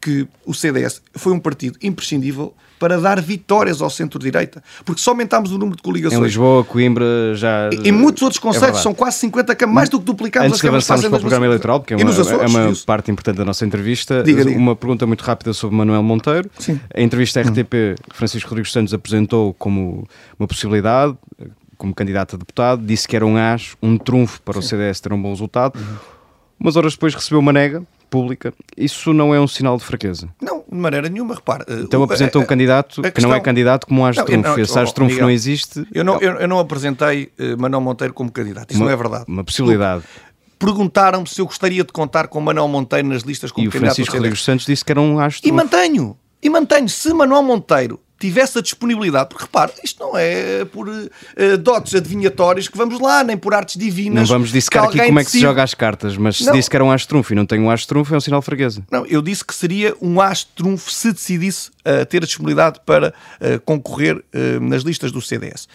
que o C D S foi um partido imprescindível para dar vitórias ao centro-direita, porque se aumentámos o número de coligações... Em Lisboa, Coimbra, já... Em muitos outros concelhos, é são quase cinquenta câmaras, mais do que duplicámos as câmaras. Antes de avançarmos para o programa eleitoral, porque é uma, Açores, é uma parte importante da nossa entrevista, diga, diga. Uma pergunta muito rápida sobre Manuel Monteiro. Sim. A entrevista R T P, hum. Francisco Rodrigues Santos apresentou como uma possibilidade, como candidato a deputado, disse que era um as, um trunfo para Sim. o C D S ter um bom resultado, uhum. umas horas depois recebeu uma nega pública. Isso não é um sinal de fraqueza? Não, de maneira nenhuma, repara. Então o, apresentou um candidato que questão... não é candidato como um as trunfo. Esse as trunfo não existe. Eu não, eu, eu não apresentei uh, Manuel Monteiro como candidato. Isso uma, não é verdade. Uma possibilidade. Perguntaram-me se eu gostaria de contar com Manuel Monteiro nas listas como e candidato. E o Francisco Rodrigues Santos disse que era um as trunfo. E mantenho. E mantenho. Se Manuel Monteiro tivesse a disponibilidade, porque repare, isto não é por uh, dotes adivinhatórios que vamos lá, nem por artes divinas. Não vamos dissecar aqui como é que decide... se joga as cartas, mas se não. disse que era um as trunfo e não tem um as trunfo, é um sinal de fraqueza. Não, eu disse que seria um as trunfo se decidisse uh, ter a disponibilidade para uh, concorrer uh, nas listas do C D S.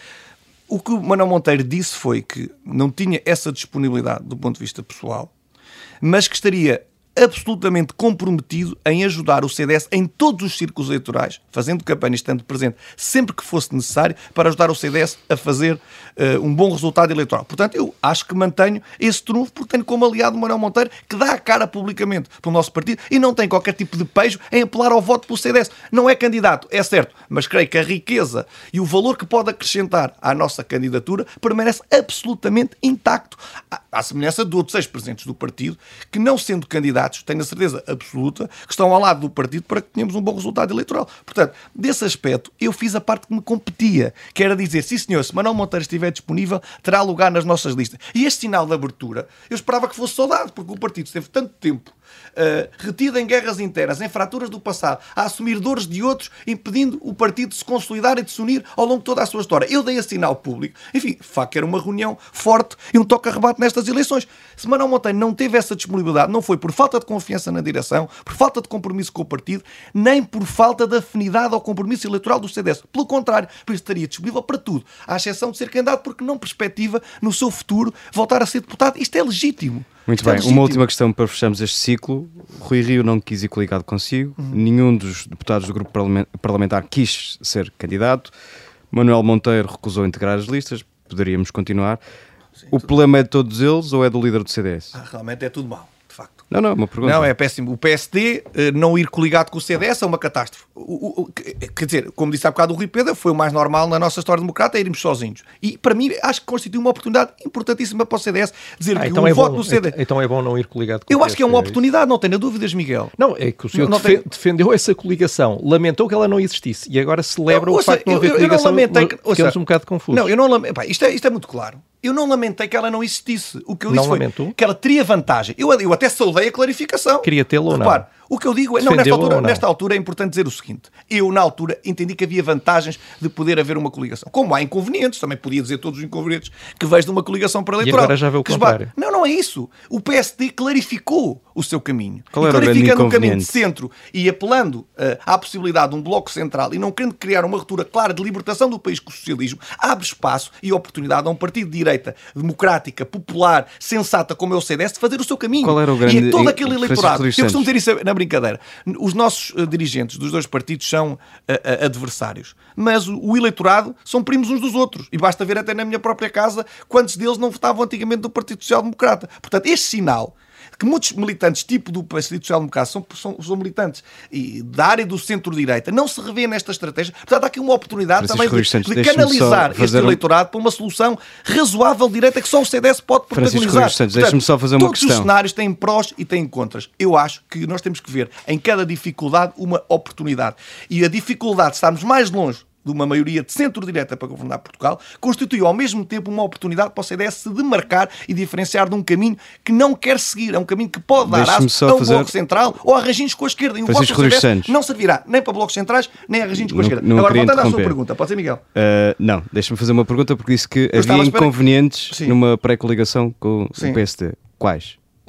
O que o Manuel Monteiro disse foi que não tinha essa disponibilidade do ponto de vista pessoal, mas que estaria absolutamente comprometido em ajudar o C D S em todos os círculos eleitorais, fazendo campanha, estando presente sempre que fosse necessário, para ajudar o C D S a fazer uh, um bom resultado eleitoral. Portanto, eu acho que mantenho esse trunfo, porque tenho como aliado o Manuel Monteiro, que dá a cara publicamente pelo nosso partido e não tem qualquer tipo de pejo em apelar ao voto pelo C D S. Não é candidato, é certo, mas creio que a riqueza e o valor que pode acrescentar à nossa candidatura permanece absolutamente intacto, à, à semelhança de outros ex-presidentes do partido, que não sendo candidatos, tenho a certeza absoluta que estão ao lado do partido para que tenhamos um bom resultado eleitoral. Portanto, desse aspecto, eu fiz a parte que me competia, que era dizer, sim senhor, se Manuel Monteiro estiver disponível, terá lugar nas nossas listas. E este sinal de abertura, eu esperava que fosse saudado, porque o partido esteve tanto tempo Uh, retido em guerras internas, em fraturas do passado, a assumir dores de outros, impedindo o partido de se consolidar e de se unir ao longo de toda a sua história. Eu dei a sinal público. Enfim, de facto, era uma reunião forte e um toque-a-rebate nestas eleições. Se Manuel Monteiro não teve essa disponibilidade, não foi por falta de confiança na direção, por falta de compromisso com o partido, nem por falta de afinidade ao compromisso eleitoral do C D S. Pelo contrário, por isso estaria disponível para tudo, à exceção de ser candidato, porque não perspectiva no seu futuro voltar a ser deputado. Isto é legítimo. Muito bem, uma última questão para fecharmos este ciclo. Rui Rio não quis ir coligado consigo, uhum. Nenhum dos deputados do grupo parlamentar quis ser candidato, Manuel Monteiro recusou integrar as listas, poderíamos continuar. Sim, o problema é de todos eles ou é do líder do C D S? Ah, realmente é tudo mau, de facto. Não, não, uma pergunta. Não, é péssimo. O P S D uh, não ir coligado com o C D S é uma catástrofe. O, o, o, quer dizer, como disse há bocado o Rui Pedro, foi o mais normal na nossa história democrata é irmos sozinhos. E para mim, acho que constitui uma oportunidade importantíssima para o C D S dizer ah, que então o é voto bom, do C D S... Então é bom não ir coligado com Eu o acho que é uma oportunidade, não tenha dúvidas, Miguel. Não, é que o senhor não, não defe tem... defendeu essa coligação, lamentou que ela não existisse e agora celebra não, o ouça, facto de não haver eu, coligação. Eu não lamentei que... ouça, ficamos um bocado confusos. Não, eu não lamentei. Isto é, isto é muito claro. Eu não lamentei que ela não existisse. O que eu disse não foi lamentou? que ela teria vantagem. Eu, eu até saudei a clarificação. Queria tê-lo ou não? Repare, o que eu digo é... Não, nesta altura, não? nesta altura é importante dizer o seguinte. Eu, na altura, entendi que havia vantagens de poder haver uma coligação. Como há inconvenientes, também podia dizer todos os inconvenientes que vejo de uma coligação para eleitoral. E agora já vê o contrário. Não, não é isso. O P S D clarificou o seu caminho. Qual e era clarificando o um caminho de centro e apelando uh, à possibilidade de um bloco central e não querendo criar uma ruptura clara de libertação do país com o socialismo, abre espaço e oportunidade a um partido de direita democrática, popular, sensata como é o C D S de fazer o seu caminho. Qual era o grande... E é todo aquele eleitorado. Eu costumo dizer isso na brincadeira. Os nossos uh, dirigentes dos dois partidos são uh, uh, adversários. Mas o, o eleitorado são primos uns dos outros. E basta ver até na minha própria casa quantos deles não votavam antigamente do Partido Social Democrata. Portanto, este sinal que muitos militantes, tipo do Partido Social Democrata, são, são, são militantes e da área do centro-direita, não se revê nesta estratégia. Portanto, há aqui uma oportunidade Francisco também de, Santos, de canalizar este eleitorado um... para uma solução razoável de direita que só o C D S pode protagonizar. Santos, deixa-me só fazer uma todos questão. Todos os cenários têm prós e têm contras. Eu acho que nós temos que ver em cada dificuldade uma oportunidade. E a dificuldade de estarmos mais longe de uma maioria de centro-direita para governar Portugal, constitui ao mesmo tempo uma oportunidade para o C D S se demarcar e diferenciar de um caminho que não quer seguir. É um caminho que pode dar aço a um fazer... bloco central ou a arranjos com a esquerda. E o voto do C D S Santos. Não servirá nem para blocos centrais, nem a arranjos com a esquerda. Não Agora, voltando à sua pergunta, pode ser, Miguel? Uh, não, deixa-me fazer uma pergunta, porque disse que Eu havia inconvenientes numa pré-coligação com Sim. o P S D. Quais?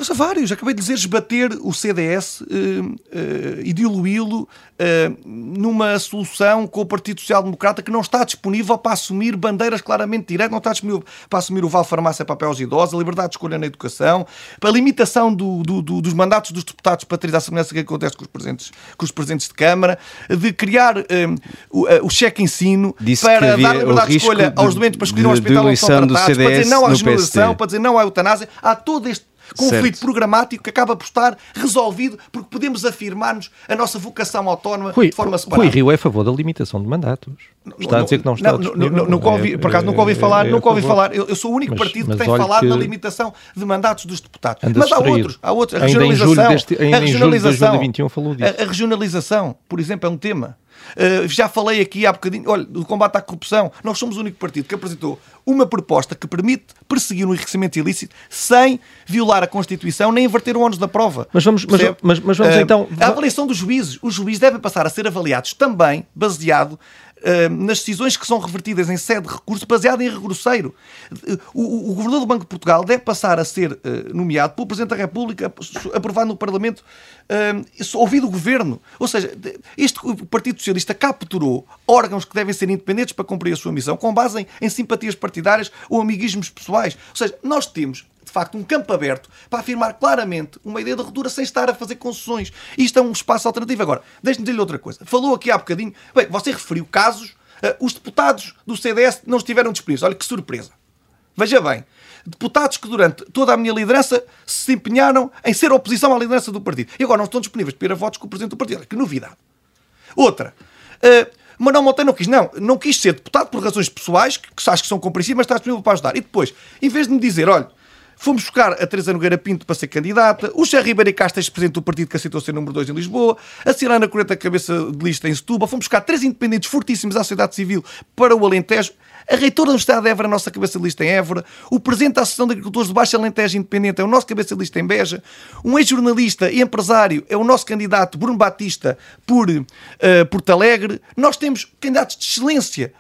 Mas há vários. Acabei de dizer esbater o C D S uh, uh, e diluí-lo uh, numa solução com o Partido Social Democrata que não está disponível para assumir bandeiras claramente direitas, não está disponível para assumir o vale farmácia para aos idosos, a liberdade de escolha na educação, para a limitação do, do, do, dos mandatos dos deputados para ter a semelhança que acontece com os presidentes, com os presidentes de Câmara, de criar um, o, o cheque-ensino para dar liberdade de escolha de, aos doentes para escolher um hospital onde são tratados, para dizer não à regionalização, para dizer não à eutanásia. Há todo este conflito certo. programático que acaba por estar resolvido porque podemos afirmar-nos a nossa vocação autónoma Rui, de forma separada. Rui Rio é a favor da limitação de mandatos. Está a dizer que não está não, não, não, não, ouvi, Por acaso nunca ouvi falar. É, é nunca ouvi falar. Eu, eu sou o único mas, partido mas que tem falado que na limitação de mandatos dos deputados. Mas há outros. Há outros. A ainda regionalização. Em deste, ainda a regionalização. Em julho de dois mil e vinte e um falou disso. A, a regionalização, por exemplo, é um tema. Uh, já falei aqui há bocadinho, olha, do combate à corrupção. Nós somos o único partido que apresentou uma proposta que permite perseguir um enriquecimento ilícito sem violar a Constituição nem inverter o ónus da prova. Mas vamos, mas, mas, mas vamos uh, então... A avaliação dos juízes. Os juízes devem passar a ser avaliados também baseado Uh, nas decisões que são revertidas em sede de recurso, baseado em regrosseiro. O, o, o Governador do Banco de Portugal deve passar a ser uh, nomeado pelo Presidente da República, aprovado no Parlamento, uh, ouvido o Governo. Ou seja, este o Partido Socialista capturou órgãos que devem ser independentes para cumprir a sua missão, com base em, em simpatias partidárias ou amiguismos pessoais. Ou seja, nós temos de facto, um campo aberto para afirmar claramente uma ideia de ruptura sem estar a fazer concessões. Isto é um espaço alternativo. Agora, deixe-me dizer-lhe outra coisa. Falou aqui há bocadinho... Bem, você referiu casos... Uh, os deputados do C D S não estiveram disponíveis. Olha que surpresa. Veja bem. Deputados que durante toda a minha liderança se empenharam em ser oposição à liderança do partido. E agora não estão disponíveis para ir a votos com o Presidente do partido. Olha que novidade. Outra... Uh, Manuel Monteiro não quis, não, não quis ser deputado por razões pessoais, que, que acho que são compreensíveis, mas está disponível para ajudar. E depois, em vez de me dizer, olha, fomos buscar a Teresa Nogueira Pinto para ser candidata, o Xé Ribeiro Castro, ex-presidente do partido que aceitou ser número dois em Lisboa, a Cirana Coreta, cabeça de lista em Setúbal, fomos buscar três independentes fortíssimos à sociedade civil para o Alentejo, a reitora da Universidade de Évora, a nossa cabeça de lista em Évora, o presidente da Associação de Agricultores de Baixo Alentejo Independente é o nosso cabeça de lista em Beja, um ex-jornalista e empresário é o nosso candidato Bruno Batista por uh, Porto Alegre. Nós temos candidatos de excelência.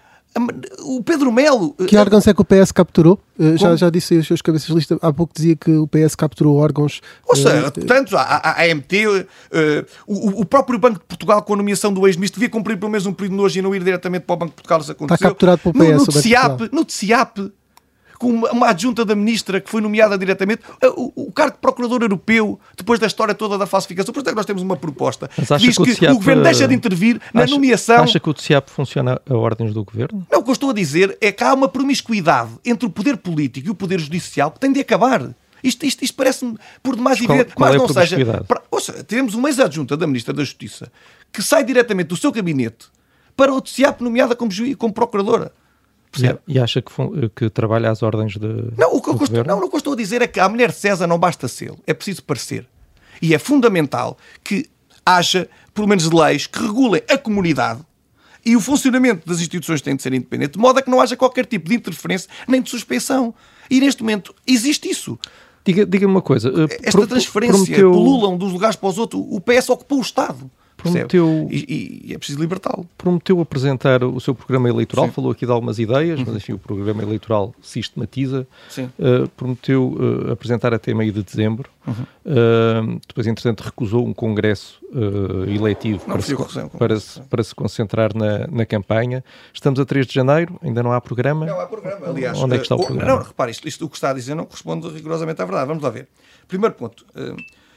O Pedro Melo... Que órgãos é que o P S capturou? Uh, já, já disse os seus cabeças de lista. Há pouco dizia que o P S capturou órgãos... Ou seja, uh, portanto, a, a, a M T, uh, o, o próprio Banco de Portugal, com a nomeação do ex-ministro, devia cumprir pelo menos um período de nojo e não ir diretamente para o Banco de Portugal, se aconteceu. Está capturado pelo P S. No, no, T C I A P, no T C I A P, com uma, uma adjunta da ministra que foi nomeada diretamente, o, o cargo de procurador europeu, depois da história toda da falsificação. Por isso é que nós temos uma proposta que diz que, que o, o Governo deixa de intervir na acha, nomeação... Acha que o T C I A P funciona a ordens do Governo? Não, o que eu estou a dizer é que há uma promiscuidade entre o poder político e o poder judicial que tem de acabar. Isto, isto, isto parece-me por demais evidente. Mas é não seja... Para, ouça, temos uma ex-adjunta da Ministra da Justiça que sai diretamente do seu gabinete para o T C I A P nomeada como, juiz, como procuradora. E, e acha que, que trabalha às ordens de não, o que eu gosto, não, o que eu estou a dizer é que a mulher de César não basta ser, é preciso parecer. E é fundamental que haja, pelo menos, leis que regulem a comunidade e o funcionamento das instituições tem de ser independente, de modo a que não haja qualquer tipo de interferência nem de suspeição. E neste momento existe isso. Diga, diga-me uma coisa. Esta pro, transferência, prometeu... pululam dos lugares para os outros. O P S ocupou o Estado. Prometeu, e, e é preciso libertá-lo. Prometeu apresentar o seu programa eleitoral, Sim. falou aqui de algumas ideias, uhum. mas enfim, o programa eleitoral sistematiza. Uh, prometeu uh, apresentar até meio de dezembro. Uhum. Uh, depois, entretanto, recusou um congresso uh, eletivo para se, para, se, para se concentrar na, na campanha. Estamos a três de janeiro, ainda não há programa. Não há programa, aliás. Onde é que está o programa? Não, repare, isto, isto o que está a dizer não corresponde rigorosamente à verdade. Vamos lá ver. Primeiro ponto. Uh,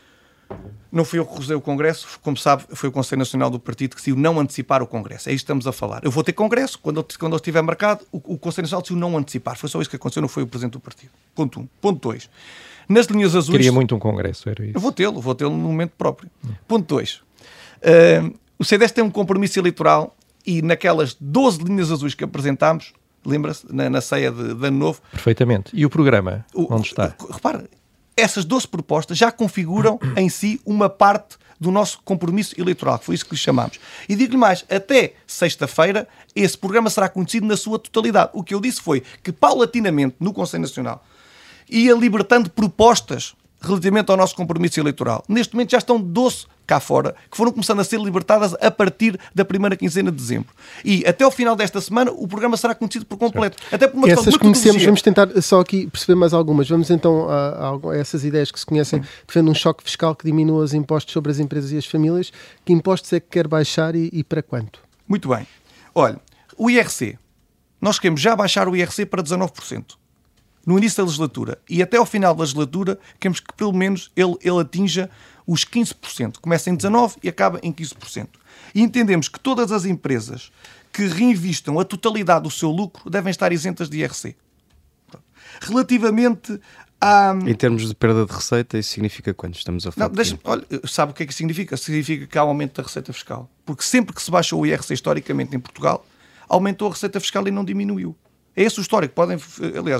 Não fui eu que recusei o Congresso, como sabe, foi o Conselho Nacional do Partido que decidiu não antecipar o Congresso. É isto que estamos a falar. Eu vou ter Congresso, quando eu, quando eu estiver marcado, o, o Conselho Nacional decidiu não antecipar. Foi só isso que aconteceu, não foi o Presidente do Partido. Ponto um. Ponto dois. Nas linhas azuis... Queria muito um Congresso, era isso. Eu vou tê-lo, vou tê-lo no momento próprio. Hum. Ponto dois. Uh, o C D S tem um compromisso eleitoral e naquelas doze linhas azuis que apresentámos, lembra-se, na, na ceia de, de Ano Novo... Perfeitamente. E o programa? O, onde está? Repare... Essas doze propostas já configuram em si uma parte do nosso compromisso eleitoral, que foi isso que lhe chamámos. E digo-lhe mais, até sexta-feira esse programa será conhecido na sua totalidade. O que eu disse foi que, paulatinamente, no Conselho Nacional, ia libertando propostas relativamente ao nosso compromisso eleitoral. Neste momento já estão doze cá fora, que foram começando a ser libertadas a partir da primeira quinzena de dezembro. E até ao final desta semana o programa será conhecido por completo. Certo. Até por uma Essas conhecemos, vamos tentar só aqui perceber mais algumas. Vamos então a, a, a essas ideias que se conhecem. Defende um choque fiscal que diminua os impostos sobre as empresas e as famílias. Que impostos é que quer baixar e, e para quanto? Muito bem. Olha, o I R C. Nós queremos já baixar o I R C para dezanove por cento. No início da legislatura. E até ao final da legislatura queremos que pelo menos ele, ele atinja os quinze por cento. Começa em dezanove por cento e acaba em quinze por cento. E entendemos que todas as empresas que reinvistam a totalidade do seu lucro devem estar isentas de I R C. Relativamente a... Em termos de perda de receita, isso significa quanto? Estamos a falar Não, deixa, olha, sabe o que é que significa? Significa que há um aumento da receita fiscal. Porque sempre que se baixou o I R C historicamente em Portugal, aumentou a receita fiscal e não diminuiu. É esse o histórico. Podem, aliás,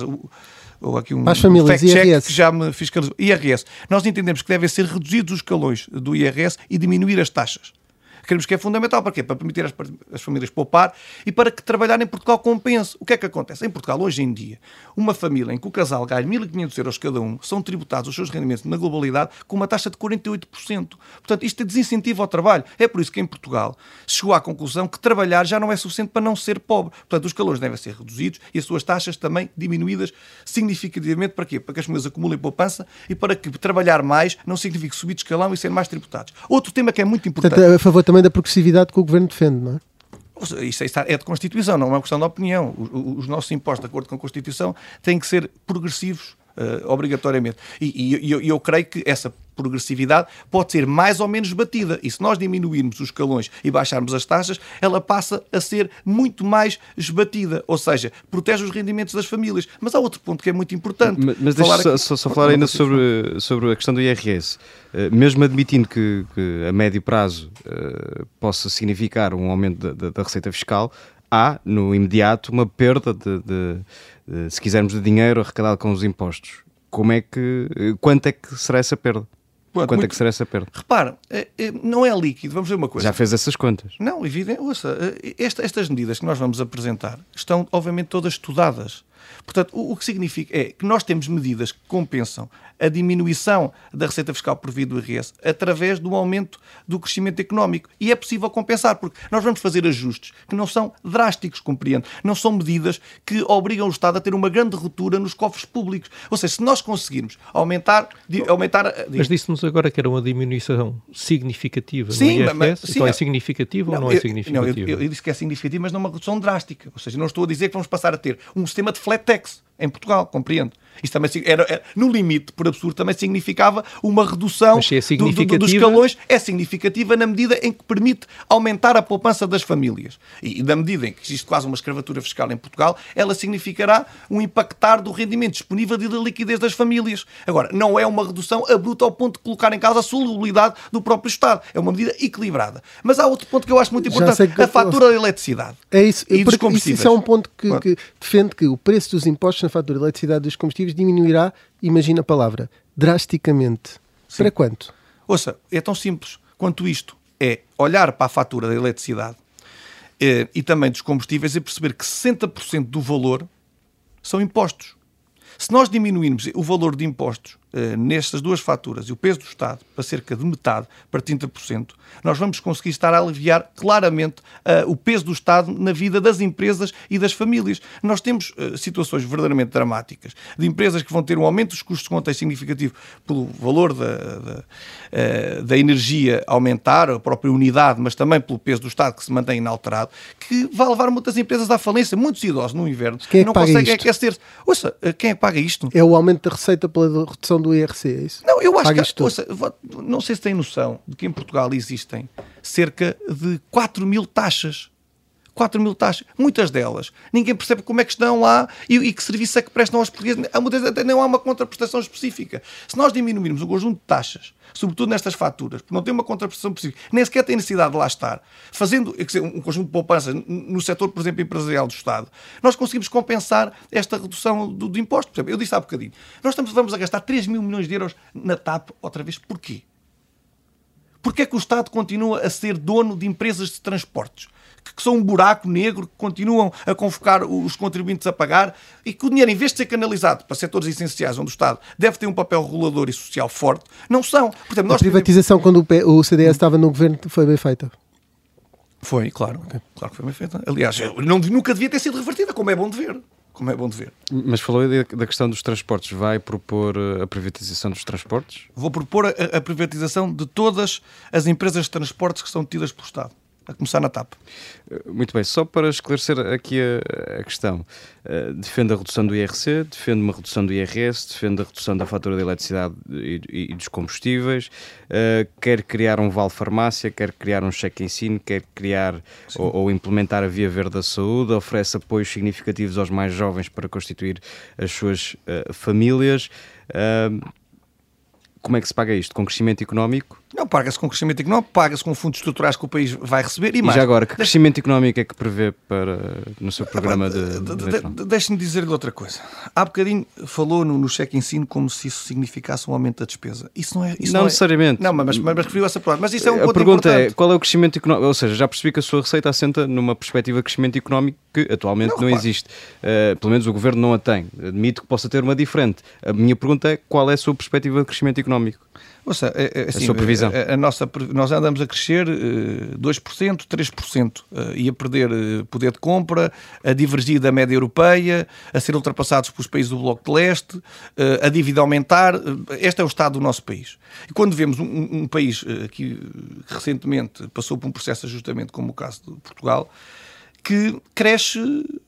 ou aqui um fact-check que já me fiscalizou. I R S. Nós entendemos que devem ser reduzidos os escalões do I R S e diminuir as taxas. Queremos que é fundamental. Para quê? Para permitir às, às famílias poupar e para que trabalhar em Portugal compense. O que é que acontece? Em Portugal, hoje em dia, uma família em que o casal ganha mil e quinhentos euros cada um, são tributados os seus rendimentos na globalidade com uma taxa de quarenta e oito por cento. Portanto, isto é desincentivo ao trabalho. É por isso que em Portugal se chegou à conclusão que trabalhar já não é suficiente para não ser pobre. Portanto, os escalões devem ser reduzidos e as suas taxas também diminuídas significativamente. Para quê? Para que as famílias acumulem poupança e para que trabalhar mais não signifique subir de escalão e ser mais tributados. Outro tema que é muito importante... Portanto, a favor também da progressividade que o Governo defende, não é? Isso é de Constituição, não é uma questão de opinião. Os nossos impostos, de acordo com a Constituição, têm que ser progressivos, uh, obrigatoriamente. E, e eu, eu creio que essa progressividade pode ser mais ou menos batida. E se nós diminuirmos os escalões e baixarmos as taxas, ela passa a ser muito mais esbatida. Ou seja, protege os rendimentos das famílias. Mas há outro ponto que é muito importante. Mas, mas deixa só, só, só falar ainda sobre, sobre a questão do I R S. Uh, mesmo admitindo que, que a médio prazo uh, possa significar um aumento da, da receita fiscal, há, no imediato, uma perda de, de, de, se quisermos, de dinheiro arrecadado com os impostos. Como é que, quanto é que será essa perda? Quanto, Quanto muito... é que será essa perda? Repara, não é líquido, vamos ver uma coisa. Já fez essas contas? Não, evidente. Ouça, esta, estas medidas que nós vamos apresentar estão, obviamente, todas estudadas. Portanto, o, o que significa é que nós temos medidas que compensam a diminuição da receita fiscal por via do I R S através do aumento do crescimento económico. E é possível compensar, porque nós vamos fazer ajustes que não são drásticos, compreendo. Não são medidas que obrigam o Estado a ter uma grande ruptura nos cofres públicos. Ou seja, se nós conseguirmos aumentar... aumentar mas disse-nos agora que era uma diminuição significativa sim, no I R S. Mas, sim, então é significativa não, ou não é significativa? Não, eu, eu disse que é significativa, mas não uma redução drástica. Ou seja, não estou a dizer que vamos passar a ter um sistema de flat tax em Portugal, compreendo. Isto também era, era, no limite, por absurdo, também significava uma redução é do, do, dos escalões. É significativa na medida em que permite aumentar a poupança das famílias. E, e na medida em que existe quase uma escravatura fiscal em Portugal, ela significará um impactar do rendimento disponível e da liquidez das famílias. Agora, não é uma redução abrupta ao ponto de colocar em causa a solubilidade do próprio Estado. É uma medida equilibrada. Mas há outro ponto que eu acho muito importante, que... a fatura da eletricidade é isso, e dos combustíveis. Isso é um ponto que, que defende que o preço dos impostos na fatura da eletricidade dos combustíveis diminuirá, imagina a palavra, drasticamente. Sim. Para quanto? Ouça, é tão simples quanto isto. É olhar para a fatura da eletricidade eh, e também dos combustíveis e perceber que sessenta por cento do valor são impostos. Se nós diminuirmos o valor de impostos eh, nestas duas faturas e o peso do Estado para cerca de metade, para trinta por cento, nós vamos conseguir estar a aliviar claramente uh, o peso do Estado na vida das empresas e das famílias. Nós temos uh, situações verdadeiramente dramáticas de empresas que vão ter um aumento dos custos de conta significativo pelo valor da, da, uh, da energia aumentar, a própria unidade, mas também pelo peso do Estado que se mantém inalterado, que vai levar muitas empresas à falência. Muitos idosos no inverno quem é que não paga conseguem isto? aquecer. Ouça, uh, quem é que paga isto? É o aumento da receita pela redução do I R C, é isso? Não, eu acho paga que... Ouça, não sei se têm noção de que em Portugal existem cerca de quatro mil taxas. quatro mil taxas. Muitas delas. Ninguém percebe como é que estão lá e, e que serviço é que prestam aos portugueses. Até não há uma contraprestação específica. Se nós diminuirmos o conjunto de taxas, sobretudo nestas faturas, porque não tem uma contraprestação específica, nem sequer tem necessidade de lá estar, fazendo quer dizer, um conjunto de poupanças no setor, por exemplo, empresarial do Estado, nós conseguimos compensar esta redução do, do imposto. Por exemplo, eu disse há bocadinho, nós estamos, vamos a gastar três mil milhões de euros na T A P outra vez. Porquê? Porquê é que o Estado continua a ser dono de empresas de transportes que são um buraco negro, que continuam a convocar os contribuintes a pagar e que o dinheiro, em vez de ser canalizado para setores essenciais onde o Estado deve ter um papel regulador e social forte, não são. Portanto, nós a privatização, quando o, P, o C D S estava no governo, foi bem feita? Foi, claro. Okay. Claro que foi bem feita. Aliás, não, nunca devia ter sido revertida, como é bom de ver. Como é bom de ver. Mas falou aí da questão dos transportes. Vai propor a privatização dos transportes? Vou propor a, a privatização de todas as empresas de transportes que são tidas pelo Estado. A começar na T A P. Muito bem, só para esclarecer aqui a, a questão. Uh, defende a redução do I R C, defende uma redução do I R S, defende a redução da fatura da eletricidade e, e, e dos combustíveis, uh, quer criar um vale farmácia, quer criar um cheque ensino, quer criar ou, ou implementar a via verde da saúde, oferece apoios significativos aos mais jovens para constituir as suas uh, famílias. Uh, como é que se paga isto? Com crescimento económico? Não, paga-se com crescimento económico, paga-se com fundos estruturais que o país vai receber e, e mais. E já agora, que crescimento económico é que prevê para, no seu programa de... de, de, de Deixe-me dizer-lhe outra coisa. Há bocadinho falou no, no cheque ensino como se isso significasse um aumento da despesa. Isso não é... Isso não, não necessariamente. É, não, mas, mas, mas referiu essa palavra. Mas isso é um ponto A pergunta importante. é, qual é o crescimento económico? Ou seja, já percebi que a sua receita assenta numa perspectiva de crescimento económico que atualmente não, não existe. Uh, pelo menos o Governo não a tem. Admito que possa ter uma diferente. A minha pergunta é, qual é a sua perspectiva de crescimento económico? Ouça, é, é, assim, a sua previsão? A, a nossa, nós andamos a crescer uh, dois por cento, três por cento uh, e a perder uh, poder de compra, a divergir da média europeia, a ser ultrapassados pelos países do Bloco de Leste, uh, a dívida aumentar. Uh, este é o estado do nosso país. E quando vemos um, um, um país uh, que, que recentemente passou por um processo de ajustamento, como o caso de Portugal, que cresce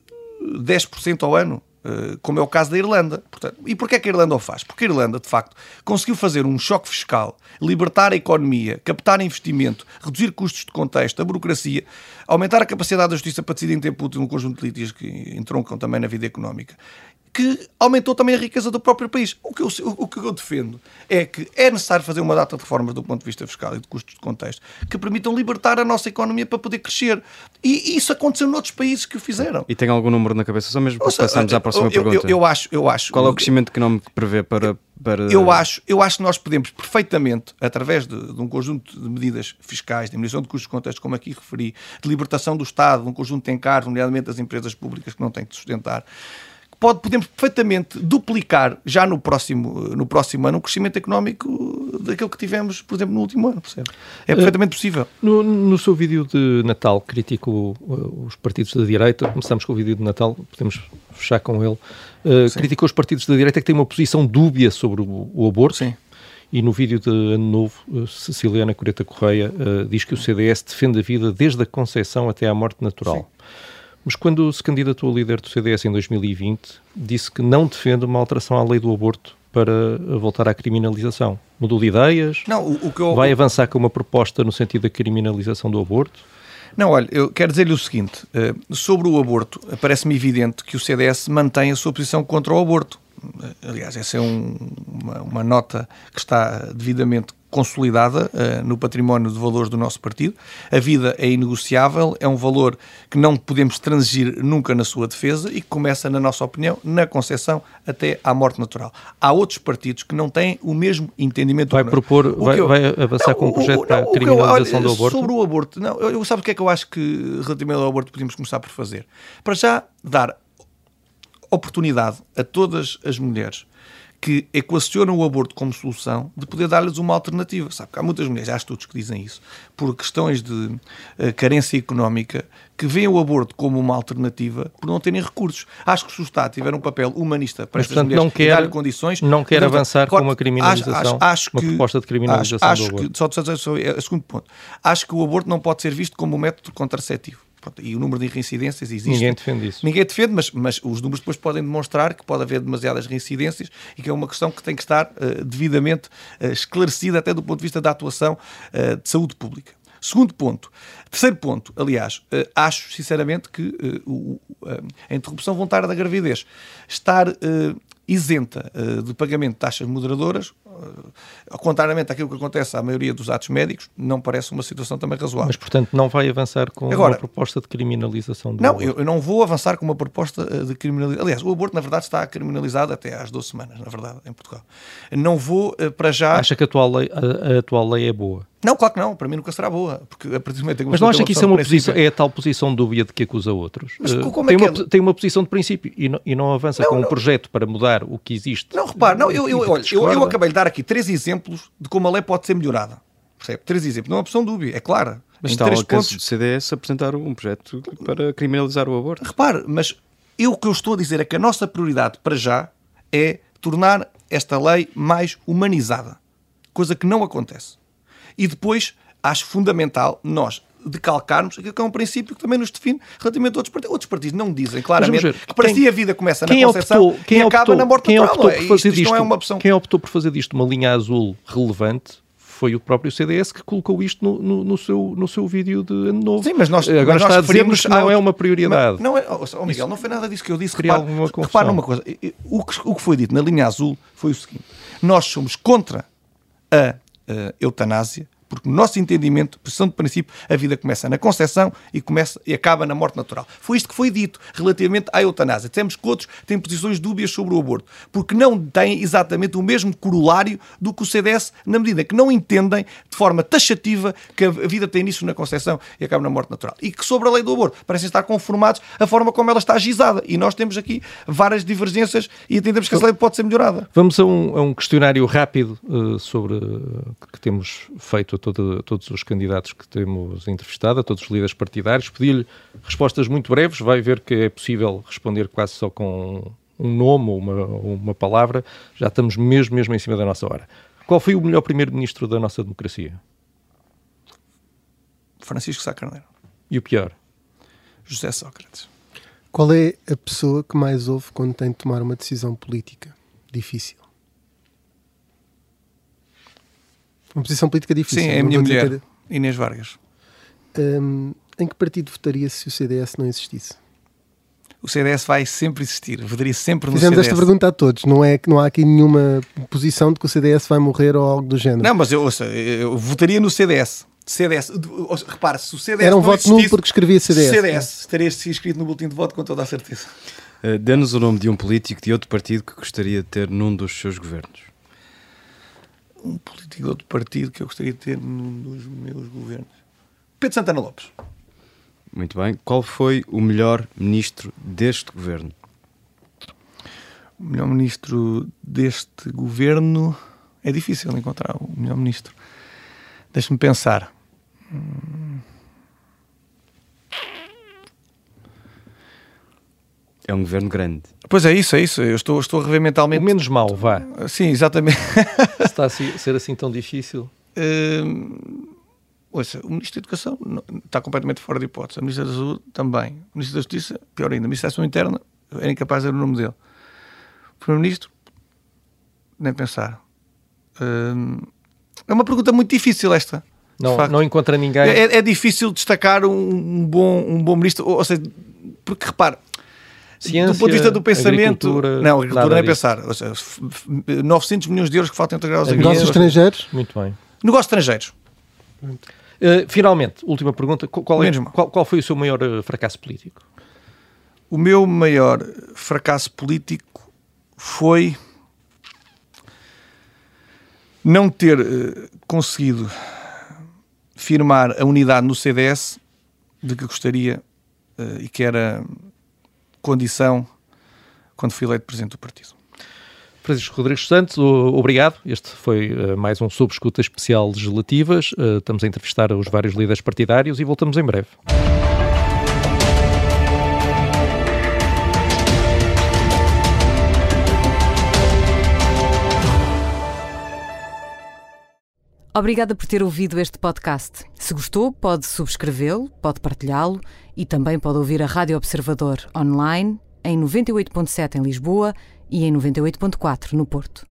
dez por cento ao ano, como é o caso da Irlanda. Portanto, e porquê é que a Irlanda o faz? Porque a Irlanda, de facto, conseguiu fazer um choque fiscal, libertar a economia, captar investimento, reduzir custos de contexto, a burocracia, aumentar a capacidade da justiça para decidir em tempo útil num conjunto de litígios que entroncam também na vida económica, que aumentou também a riqueza do próprio país. O que, eu, o que eu defendo é que é necessário fazer uma data de reformas do ponto de vista fiscal e de custos de contexto que permitam libertar a nossa economia para poder crescer. E isso aconteceu noutros países que o fizeram. E tem algum número na cabeça? Só mesmo para Ouça, passarmos à próxima eu, pergunta. Eu, eu, acho, eu acho... Qual é o crescimento económico que prevê para... para... Eu, acho, eu acho que nós podemos perfeitamente, através de, de um conjunto de medidas fiscais, de diminuição de custos de contexto, como aqui referi, de libertação do Estado, de um conjunto de encargos, nomeadamente das empresas públicas que não têm que sustentar, Pode, podemos perfeitamente duplicar já no próximo, no próximo ano o crescimento económico daquilo que tivemos, por exemplo, no último ano, percebe? É perfeitamente possível. No, no seu vídeo de Natal, criticou uh, os partidos da direita. Começamos com o vídeo de Natal, podemos fechar com ele. Uh, criticou os partidos da direita que têm uma posição dúbia sobre o, o aborto. Sim. E no vídeo de Ano Novo, uh, Ceciliana Coreta Correia uh, diz que o C D S defende a vida desde a concepção até à morte natural. Sim. Mas quando se candidatou a líder do C D S em dois mil e vinte, disse que não defende uma alteração à lei do aborto para voltar à criminalização. Mudou de ideias? Não, o, o que eu... Vai avançar com uma proposta no sentido da criminalização do aborto? Não, olha, eu quero dizer-lhe o seguinte, uh, sobre o aborto, parece-me evidente que o C D S mantém a sua posição contra o aborto. Aliás, essa é um, uma, uma nota que está devidamente consolidada uh, no património de valores do nosso partido. A vida é inegociável, é um valor que não podemos transigir nunca na sua defesa e que começa, na nossa opinião, na concepção até à morte natural. Há outros partidos que não têm o mesmo entendimento. Vai propor, vai, eu, vai avançar não, com um projeto o, para não, a criminalização eu, olha, do aborto? Sobre o aborto, não, eu, eu sabe o que é que eu acho que relativamente ao aborto podemos começar por fazer? Para já dar oportunidade a todas as mulheres que equacionam o aborto como solução, de poder dar-lhes uma alternativa. Sabe que há muitas mulheres, há estudos que dizem isso, por questões de uh, carência económica, que veem o aborto como uma alternativa por não terem recursos. Acho que se o Estado tiver um papel humanista para Mas, estas portanto, mulheres não quer, e dar-lhe condições... Não quer então, avançar com uma criminalização, acho, acho, acho uma que, proposta de criminalização acho, do acho aborto. Que, só, só, só, só, é o segundo ponto. Acho que o aborto não pode ser visto como um método contraceptivo. E o número de reincidências existe. Ninguém defende isso. Ninguém defende, mas, mas os números depois podem demonstrar que pode haver demasiadas reincidências e que é uma questão que tem que estar uh, devidamente uh, esclarecida até do ponto de vista da atuação uh, de saúde pública. Segundo ponto. Terceiro ponto, aliás, uh, acho sinceramente que uh, uh, uh, a interrupção voluntária da gravidez estar... Uh, isenta uh, de pagamento de taxas moderadoras, uh, ao contrariamente àquilo que acontece à maioria dos atos médicos, não parece uma situação também razoável. Mas, portanto, não vai avançar com Agora, uma proposta de criminalização do não, aborto? Não, eu, eu não vou avançar com uma proposta de criminalização. Aliás, o aborto, na verdade, está criminalizado até às doze semanas, na verdade, em Portugal. Não vou uh, para já... Acha que a atual lei, a, a atual lei é boa? Não, claro que não, para mim nunca será boa. Porque a partir do momento em que Mas não acha que isso é, uma posição, princípio... é a tal posição dúbia de que acusa outros? Mas uh, como tem, é que uma, é? tem uma posição de princípio e não, e não avança não, com não. um projeto para mudar o que existe. Não, repare, não, eu, eu, olha, eu, eu acabei de dar aqui três exemplos de como a lei pode ser melhorada. Percebe? Três exemplos. Não é uma opção dúbia, é clara. Mas em está ao três alcance pontos... do C D S apresentar um projeto para criminalizar o aborto. Repare, mas eu, o que eu estou a dizer é que a nossa prioridade para já é tornar esta lei mais humanizada. Coisa que não acontece. E depois acho fundamental nós decalcarmos aquilo que é um princípio que também nos define relativamente a outros partidos. Outros partidos não dizem claramente ver, que para quem, si a vida começa na concepção optou, quem e acaba optou, na morte quem natural. Optou por fazer isto, disto, isto não é uma opção. Quem optou por fazer disto uma linha azul relevante foi o próprio C D S que colocou isto no, no, no, seu, no seu vídeo de Ano Novo. Sim, mas nós, agora mas está nós a dizer-nos que não é uma prioridade. Não é, oh Miguel, não foi nada disso que eu disse. Repare, repare numa coisa. O que, o que foi dito na linha azul foi o seguinte. Nós somos contra a, a eutanásia, porque no nosso entendimento, posição de princípio, a vida começa na concepção e, começa, e acaba na morte natural. Foi isto que foi dito relativamente à eutanásia. Dissemos que outros têm posições dúbias sobre o aborto, porque não têm exatamente o mesmo corolário do que o C D S, na medida que não entendem de forma taxativa que a vida tem início na concepção e acaba na morte natural. E que sobre a lei do aborto parecem estar conformados a forma como ela está agizada. E nós temos aqui várias divergências e entendemos que essa lei pode ser melhorada. Vamos a um, a um questionário rápido uh, sobre uh, que temos feito a, todo, a todos os candidatos que temos entrevistado, a todos os líderes partidários. Pedi-lhe respostas muito breves. Vai ver que é possível responder quase só com um nome ou uma, uma palavra. Já estamos mesmo, mesmo em cima da nossa hora. Qual foi o melhor primeiro-ministro da nossa democracia? Francisco Sá Carneiro. E o pior? José Sócrates. Qual é a pessoa que mais ouve quando tem de tomar uma decisão política difícil? Uma posição política difícil. Sim, é a minha mulher, ter... Inês Vargas. Um, em que partido votaria se o C D S não existisse? O C D S vai sempre existir, votaria sempre no Fizemos C D S. Fizemos esta pergunta a todos, não é que não há aqui nenhuma posição de que o C D S vai morrer ou algo do género. Não, mas eu, ouça, eu votaria no C D S. C D S, repare, se o C D S era um não voto existisse, nulo porque escrevia C D S. C D S, estaria inscrito no boletim de voto com toda a certeza. Uh, Dê-nos o nome de um político de outro partido que gostaria de ter num dos seus governos. Um político de outro partido que eu gostaria de ter num dos meus governos. Pedro Santana Lopes. Muito bem. Qual foi o melhor ministro deste governo? O melhor ministro deste governo... É difícil encontrar o melhor ministro. Deixa-me pensar. Hum... É um governo grande. Pois é isso, é isso. Eu estou, estou a rever mentalmente... O menos mau, vá. Sim, exatamente. Está a ser assim tão difícil? Uh, ouça, o Ministro da Educação não, está completamente fora de hipótese. O Ministro da Saúde também. O Ministro da Justiça, pior ainda. O Ministro da Ação Interna, era incapaz de dizer o nome dele. O Primeiro-Ministro, nem pensar. Uh, é uma pergunta muito difícil esta. Não, não encontra ninguém. É, é difícil destacar um, um, bom, um bom ministro. Ou, ou seja, porque repare, ciência, do ponto de vista do pensamento, agricultura, não, agricultura nem disso. pensar. Ou seja, novecentos milhões de euros que faltam integrar aos negócios estrangeiros. Muito bem. Negócios estrangeiros. Uh, finalmente, última pergunta. Qual, é, qual, qual foi o seu maior uh, fracasso político? O meu maior fracasso político foi não ter uh, conseguido firmar a unidade no C D S de que gostaria uh, e que era condição quando fui eleito presidente do partido. Francisco Rodrigues Santos, obrigado. Este foi uh, mais um Sob Escuta especial legislativas. Uh, estamos a entrevistar os vários líderes partidários e voltamos em breve. Obrigada por ter ouvido este podcast. Se gostou, pode subscrevê-lo, pode partilhá-lo e também pode ouvir a Rádio Observador online em noventa e oito ponto sete em Lisboa e em noventa e oito ponto quatro no Porto.